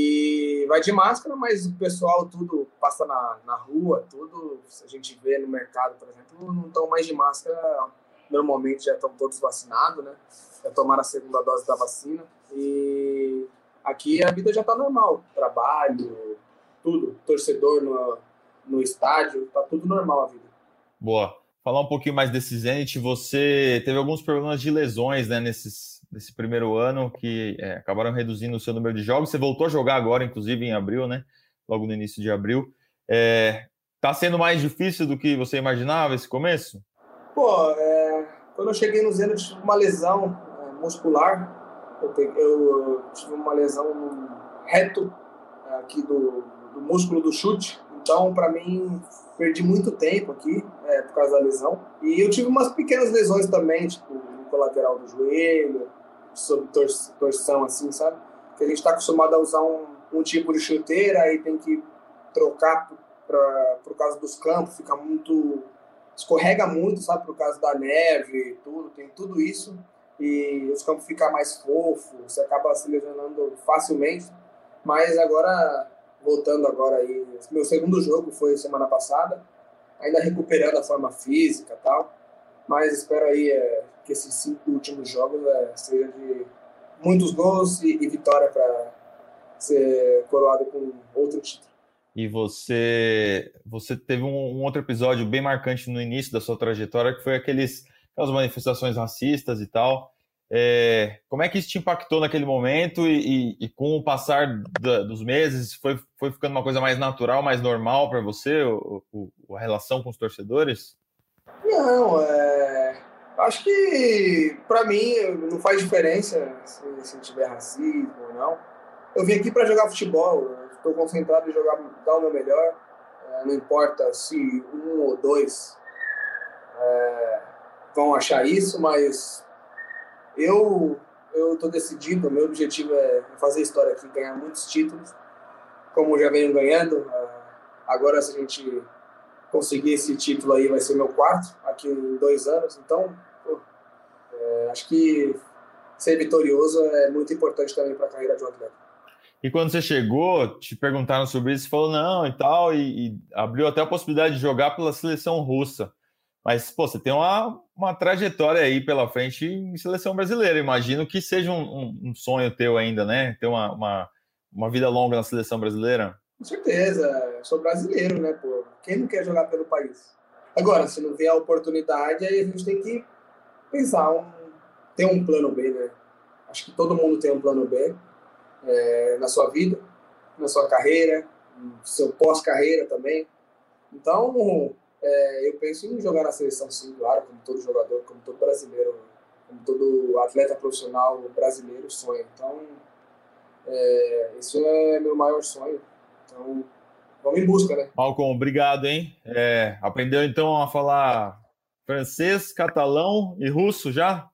e vai de máscara, mas o pessoal tudo passa na, na rua, tudo, a gente vê no mercado, por exemplo, não estão mais de máscara, normalmente já estão todos vacinados, né? Já tomaram a segunda dose da vacina, e aqui a vida já está normal, trabalho, tudo, torcedor no, no estádio, está tudo normal a vida. Boa. Falar um pouquinho mais desse Zenit, você teve alguns problemas de lesões, né, nesses, nesse primeiro ano, que é, acabaram reduzindo o seu número de jogos. Você voltou a jogar agora, inclusive em abril, né, logo no início de abril. É, tá sendo mais difícil do que você imaginava esse começo? Pô, é, quando eu cheguei no Zenit, eu tive uma lesão é, muscular. Eu, peguei, eu tive uma lesão no reto é, aqui do, do músculo do chute. Então, para mim, perdi muito tempo aqui é, por causa da lesão. E eu tive umas pequenas lesões também, tipo, no colateral do joelho, sob tor torção, assim, sabe? Que a gente está acostumado a usar um, um tipo de chuteira, aí tem que trocar pra, por causa dos campos, fica muito... escorrega muito, sabe? Por causa da neve e tudo, tem tudo isso. E os campos ficam mais fofos, você acaba se lesionando facilmente. Mas agora... voltando agora aí, meu segundo jogo foi semana passada, ainda recuperando a forma física e tal, mas espero aí é, que esses cinco últimos jogos é, sejam de muitos gols e, e vitória para ser coroado com outro título. E você, você teve um, um outro episódio bem marcante no início da sua trajetória, que foi aqueles, aquelas manifestações racistas e tal. É, como é que isso te impactou naquele momento e, e, e com o passar da, dos meses foi, foi ficando uma coisa mais natural, mais normal para você, o, o, a relação com os torcedores? Não, é, acho que para mim não faz diferença se, se tiver racismo ou não. Eu vim aqui para jogar futebol, estou concentrado em jogar, dar o meu melhor, é, não importa se um ou dois é, vão achar isso, mas Eu eu estou decidido, meu objetivo é fazer história aqui, ganhar muitos títulos, como já venho ganhando. Agora, se a gente conseguir esse título aí, vai ser meu quarto, aqui em dois anos. Então, pô, é, acho que ser vitorioso é muito importante também para a carreira de um atleta. E quando você chegou, te perguntaram sobre isso, você falou não e tal, e, e abriu até a possibilidade de jogar pela seleção russa. Mas, pô, você tem uma, uma trajetória aí pela frente em seleção brasileira. Imagino que seja um, um, um sonho teu ainda, né? Ter uma, uma, uma vida longa na seleção brasileira. Com certeza. Eu sou brasileiro, né, pô? Quem não quer jogar pelo país? Agora, se não vier a oportunidade, aí a gente tem que pensar um, ter um plano B, né? Acho que todo mundo tem um plano B é, na sua vida, na sua carreira, no seu pós-carreira também. Então, é, eu penso em jogar na seleção, sim, claro, como todo jogador, como todo brasileiro, como todo atleta profissional brasileiro sonha. Então, é, esse é meu maior sonho. Então, vamos em busca, né? Malcolm, obrigado, hein? É, aprendeu, então, a falar francês, catalão e russo já?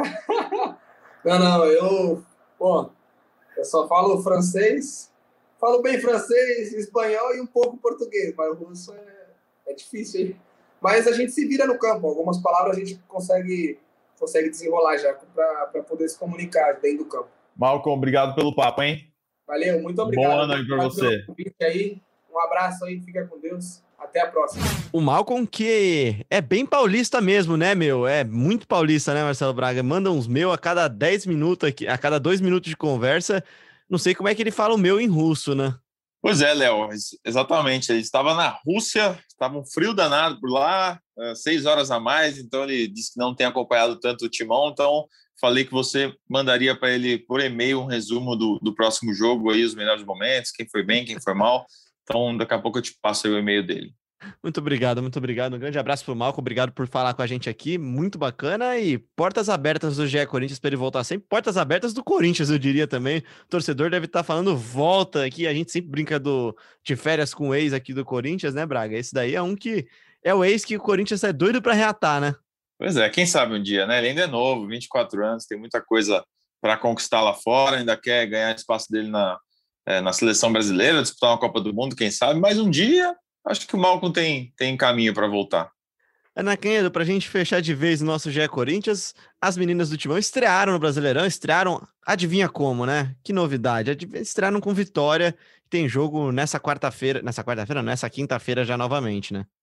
Não, não, eu, pô, eu só falo francês, falo bem francês, espanhol e um pouco português, mas o russo é, é difícil, hein? Mas a gente se vira no campo, algumas palavras a gente consegue, consegue desenrolar já para poder se comunicar dentro do campo. Malcolm, obrigado pelo papo, hein? Valeu, muito obrigado. Bom ano aí para você. Aí. Um abraço aí, fica com Deus. Até a próxima. O Malcolm, que é bem paulista mesmo, né, meu? É muito paulista, né, Marcelo Braga? Manda uns meu a cada dez minutos, aqui, a cada dois minutos de conversa. Não sei como é que ele fala o meu em russo, né? Pois é, Léo, exatamente. Ele estava na Rússia, estava um frio danado por lá, seis horas a mais, então ele disse que não tem acompanhado tanto o Timão, então falei que você mandaria para ele por e-mail um resumo do, do próximo jogo, aí, os melhores momentos, quem foi bem, quem foi mal. Então, daqui a pouco eu te passo aí o e-mail dele. Muito obrigado, muito obrigado. Um grande abraço pro Malcolm, obrigado por falar com a gente aqui, muito bacana, e portas abertas do G E Corinthians para ele voltar sempre, portas abertas do Corinthians, eu diria também. O torcedor deve estar falando volta aqui, a gente sempre brinca do, de férias com o ex aqui do Corinthians, né, Braga? Esse daí é um que é o ex que o Corinthians é doido para reatar, né? Pois é, quem sabe um dia, né? Ele ainda é novo, vinte e quatro anos, tem muita coisa para conquistar lá fora, ainda quer ganhar espaço dele na É, na seleção brasileira, disputar uma Copa do Mundo, quem sabe, mas um dia acho que o Malcolm tem, tem caminho para voltar. Ana Canhedo, para a gente fechar de vez o nosso G E Corinthians, as meninas do Timão estrearam no Brasileirão, estrearam, adivinha como, né? Que novidade, estrearam com vitória, tem jogo nessa quarta-feira, nessa quarta-feira, nessa quinta-feira já novamente, né?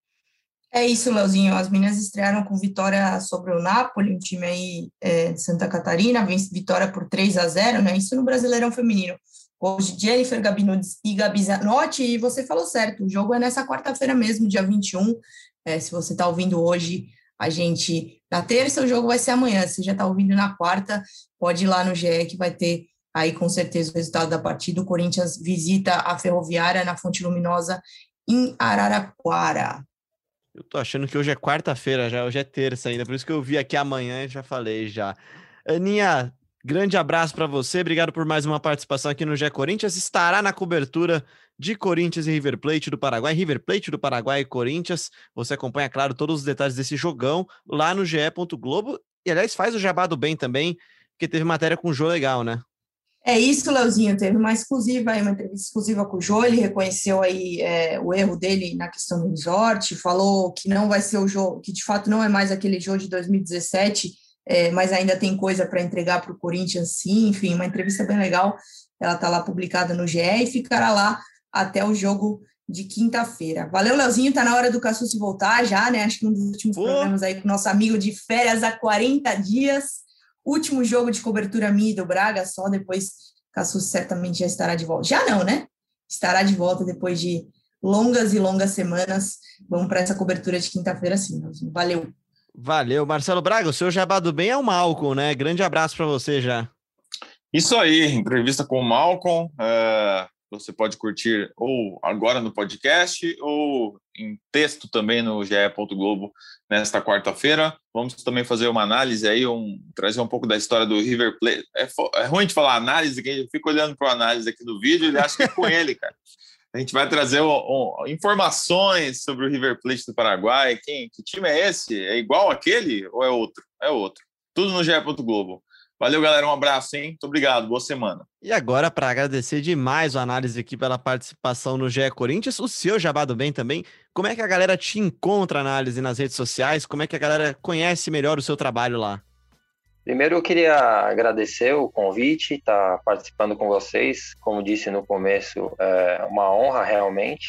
É isso, Leozinho, as meninas estrearam com vitória sobre o Napoli, um time aí é, de Santa Catarina, vitória por três a zero, né? Isso no Brasileirão Feminino. Hoje, Jennifer Gabinudes e Gabi Zanotti, e você falou certo, o jogo é nessa quarta-feira mesmo, dia vinte e um, é, se você está ouvindo hoje, a gente, na terça, o jogo vai ser amanhã, se já está ouvindo na quarta, pode ir lá no G E, que vai ter aí com certeza o resultado da partida. O Corinthians visita a Ferroviária na Fonte Luminosa, em Araraquara. Eu tô achando que hoje é quarta-feira já, hoje é terça ainda, por isso que eu vi aqui amanhã e já falei já. Aninha, grande abraço para você, obrigado por mais uma participação aqui no G E Corinthians. Estará na cobertura de Corinthians e River Plate do Paraguai, River Plate do Paraguai e Corinthians. Você acompanha, claro, todos os detalhes desse jogão lá no G E Globo. E, aliás, faz o jabá do bem também, porque teve matéria com o Jô legal, né? É isso, Leozinho, teve uma exclusiva, aí, uma entrevista exclusiva com o Jô, ele reconheceu aí é, o erro dele na questão do resort, falou que não vai ser o Jô, que de fato não é mais aquele Jô de dois mil e dezessete, é, mas ainda tem coisa para entregar para o Corinthians, sim, enfim, uma entrevista bem legal, ela está lá publicada no G E e ficará lá até o jogo de quinta-feira. Valeu, Leozinho, tá na hora do Cassucci voltar já, né, acho que um dos últimos Pô. programas aí com o nosso amigo de férias há quarenta dias, último jogo de cobertura minha e do Braga, só depois Cassucci certamente já estará de volta. Já não, né? Estará de volta depois de longas e longas semanas. Vamos para essa cobertura de quinta-feira, sim. Valeu. Valeu. Marcelo Braga, o seu jabá do bem é o Malcolm, né? Grande abraço para você já. Isso aí, entrevista com o Malcolm. Uh, você pode curtir ou agora no podcast ou em texto também no G E Globo nesta quarta-feira. Vamos também fazer uma análise aí, um, trazer um pouco da história do River Plate. É, é ruim de falar análise, que a gente fica olhando para a análise aqui do vídeo, ele acha que é com ele, cara. A gente vai trazer um, um, informações sobre o River Plate do Paraguai. Quem, que time é esse? É igual aquele ou é outro? É outro. Tudo no G E Globo. Valeu, galera. Um abraço, hein? Muito obrigado. Boa semana. E agora, para agradecer demais a análise aqui pela participação no G E Corinthians, o seu jabá do bem também. Como é que a galera te encontra, análise, nas redes sociais? Como é que a galera conhece melhor o seu trabalho lá? Primeiro, eu queria agradecer o convite, estar tá participando com vocês. Como disse no começo, é uma honra realmente.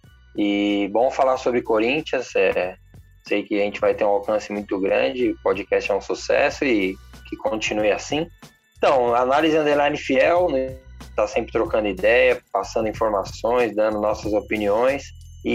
E bom falar sobre Corinthians. É, sei que a gente vai ter um alcance muito grande. O podcast é um sucesso e que continue assim. Então, análise underline fiel, né? Tá sempre trocando ideia, passando informações, dando nossas opiniões.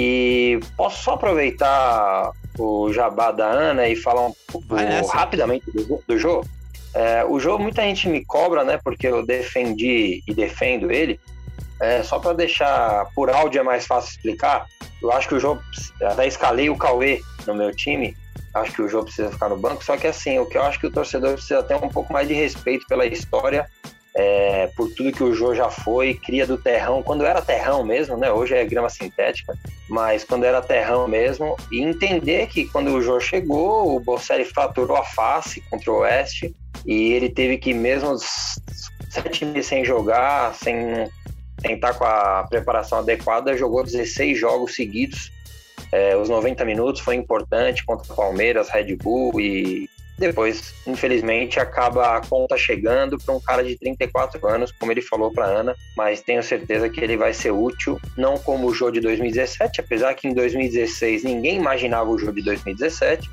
E posso só aproveitar o jabá da Ana e falar um pouco rapidamente do, do jogo? É, o jogo, muita gente me cobra, né? Porque eu defendi e defendo ele. É, só para deixar por áudio é mais fácil explicar. Eu acho que o jogo, até escalei o Cauê no meu time. Acho que o jogo precisa ficar no banco. Só que assim, o que eu acho que o torcedor precisa ter um pouco mais de respeito pela história, é, por tudo que o Jô já foi, cria do terrão, quando era terrão mesmo, né? Hoje é grama sintética, mas quando era terrão mesmo, e entender que quando o Jô chegou, o Bocelli fraturou a face contra o Oeste, e ele teve que, mesmo sete meses sem jogar, sem estar com a preparação adequada, jogou dezesseis jogos seguidos. É, os noventa minutos foi importante contra o Palmeiras, Red Bull, e depois, infelizmente, acaba a conta chegando para um cara de trinta e quatro anos, como ele falou para Ana, mas tenho certeza que ele vai ser útil, não como o Jô de dois mil e dezessete, apesar que em dois mil e dezesseis ninguém imaginava o Jô de dois mil e dezessete,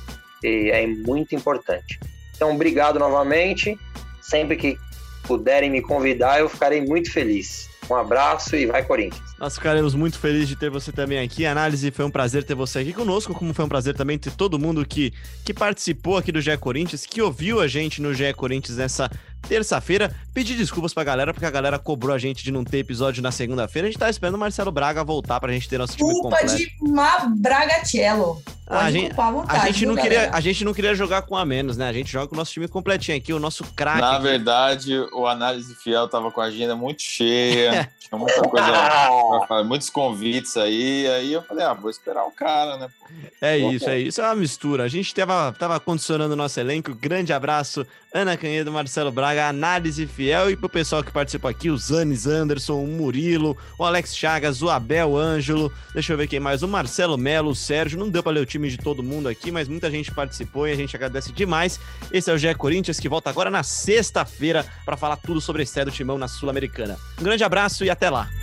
e é muito importante. Então, obrigado novamente. Sempre que puderem me convidar, eu ficarei muito feliz. Um abraço e vai, Corinthians. Nós ficaremos muito felizes de ter você também aqui. Análise, foi um prazer ter você aqui conosco, como foi um prazer também ter todo mundo que, que participou aqui do G E Corinthians, que ouviu a gente no G E Corinthians nessa terça-feira. Pedir desculpas pra galera, porque a galera cobrou a gente de não ter episódio na segunda-feira. A gente tá esperando o Marcelo Braga voltar pra gente ter nosso time Culpa completo. de Bragatello. A gente, a, gente não queria, galera. a gente não queria jogar com a menos, né? A gente joga com o nosso time completinho aqui, o nosso craque. Na aqui. verdade, o Análise Fiel tava com a agenda muito cheia, tinha muita coisa pra falar, muitos convites aí, aí eu falei, ah, vou esperar o cara, né? É isso, é isso, é uma mistura. A gente tava, tava condicionando o nosso elenco. Grande abraço, Ana Canhedo, Marcelo Braga, Análise Fiel, e pro pessoal que participou aqui, o Zanis Anderson, o Murilo, o Alex Chagas, o Abel Ângelo, deixa eu ver quem mais, o Marcelo Melo, o Sérgio. Não deu pra ler o time de todo mundo aqui, mas muita gente participou e a gente agradece demais. Esse é o G E Corinthians, que volta agora na sexta-feira para falar tudo sobre a estreia do Timão na Sul-Americana. Um grande abraço e até lá.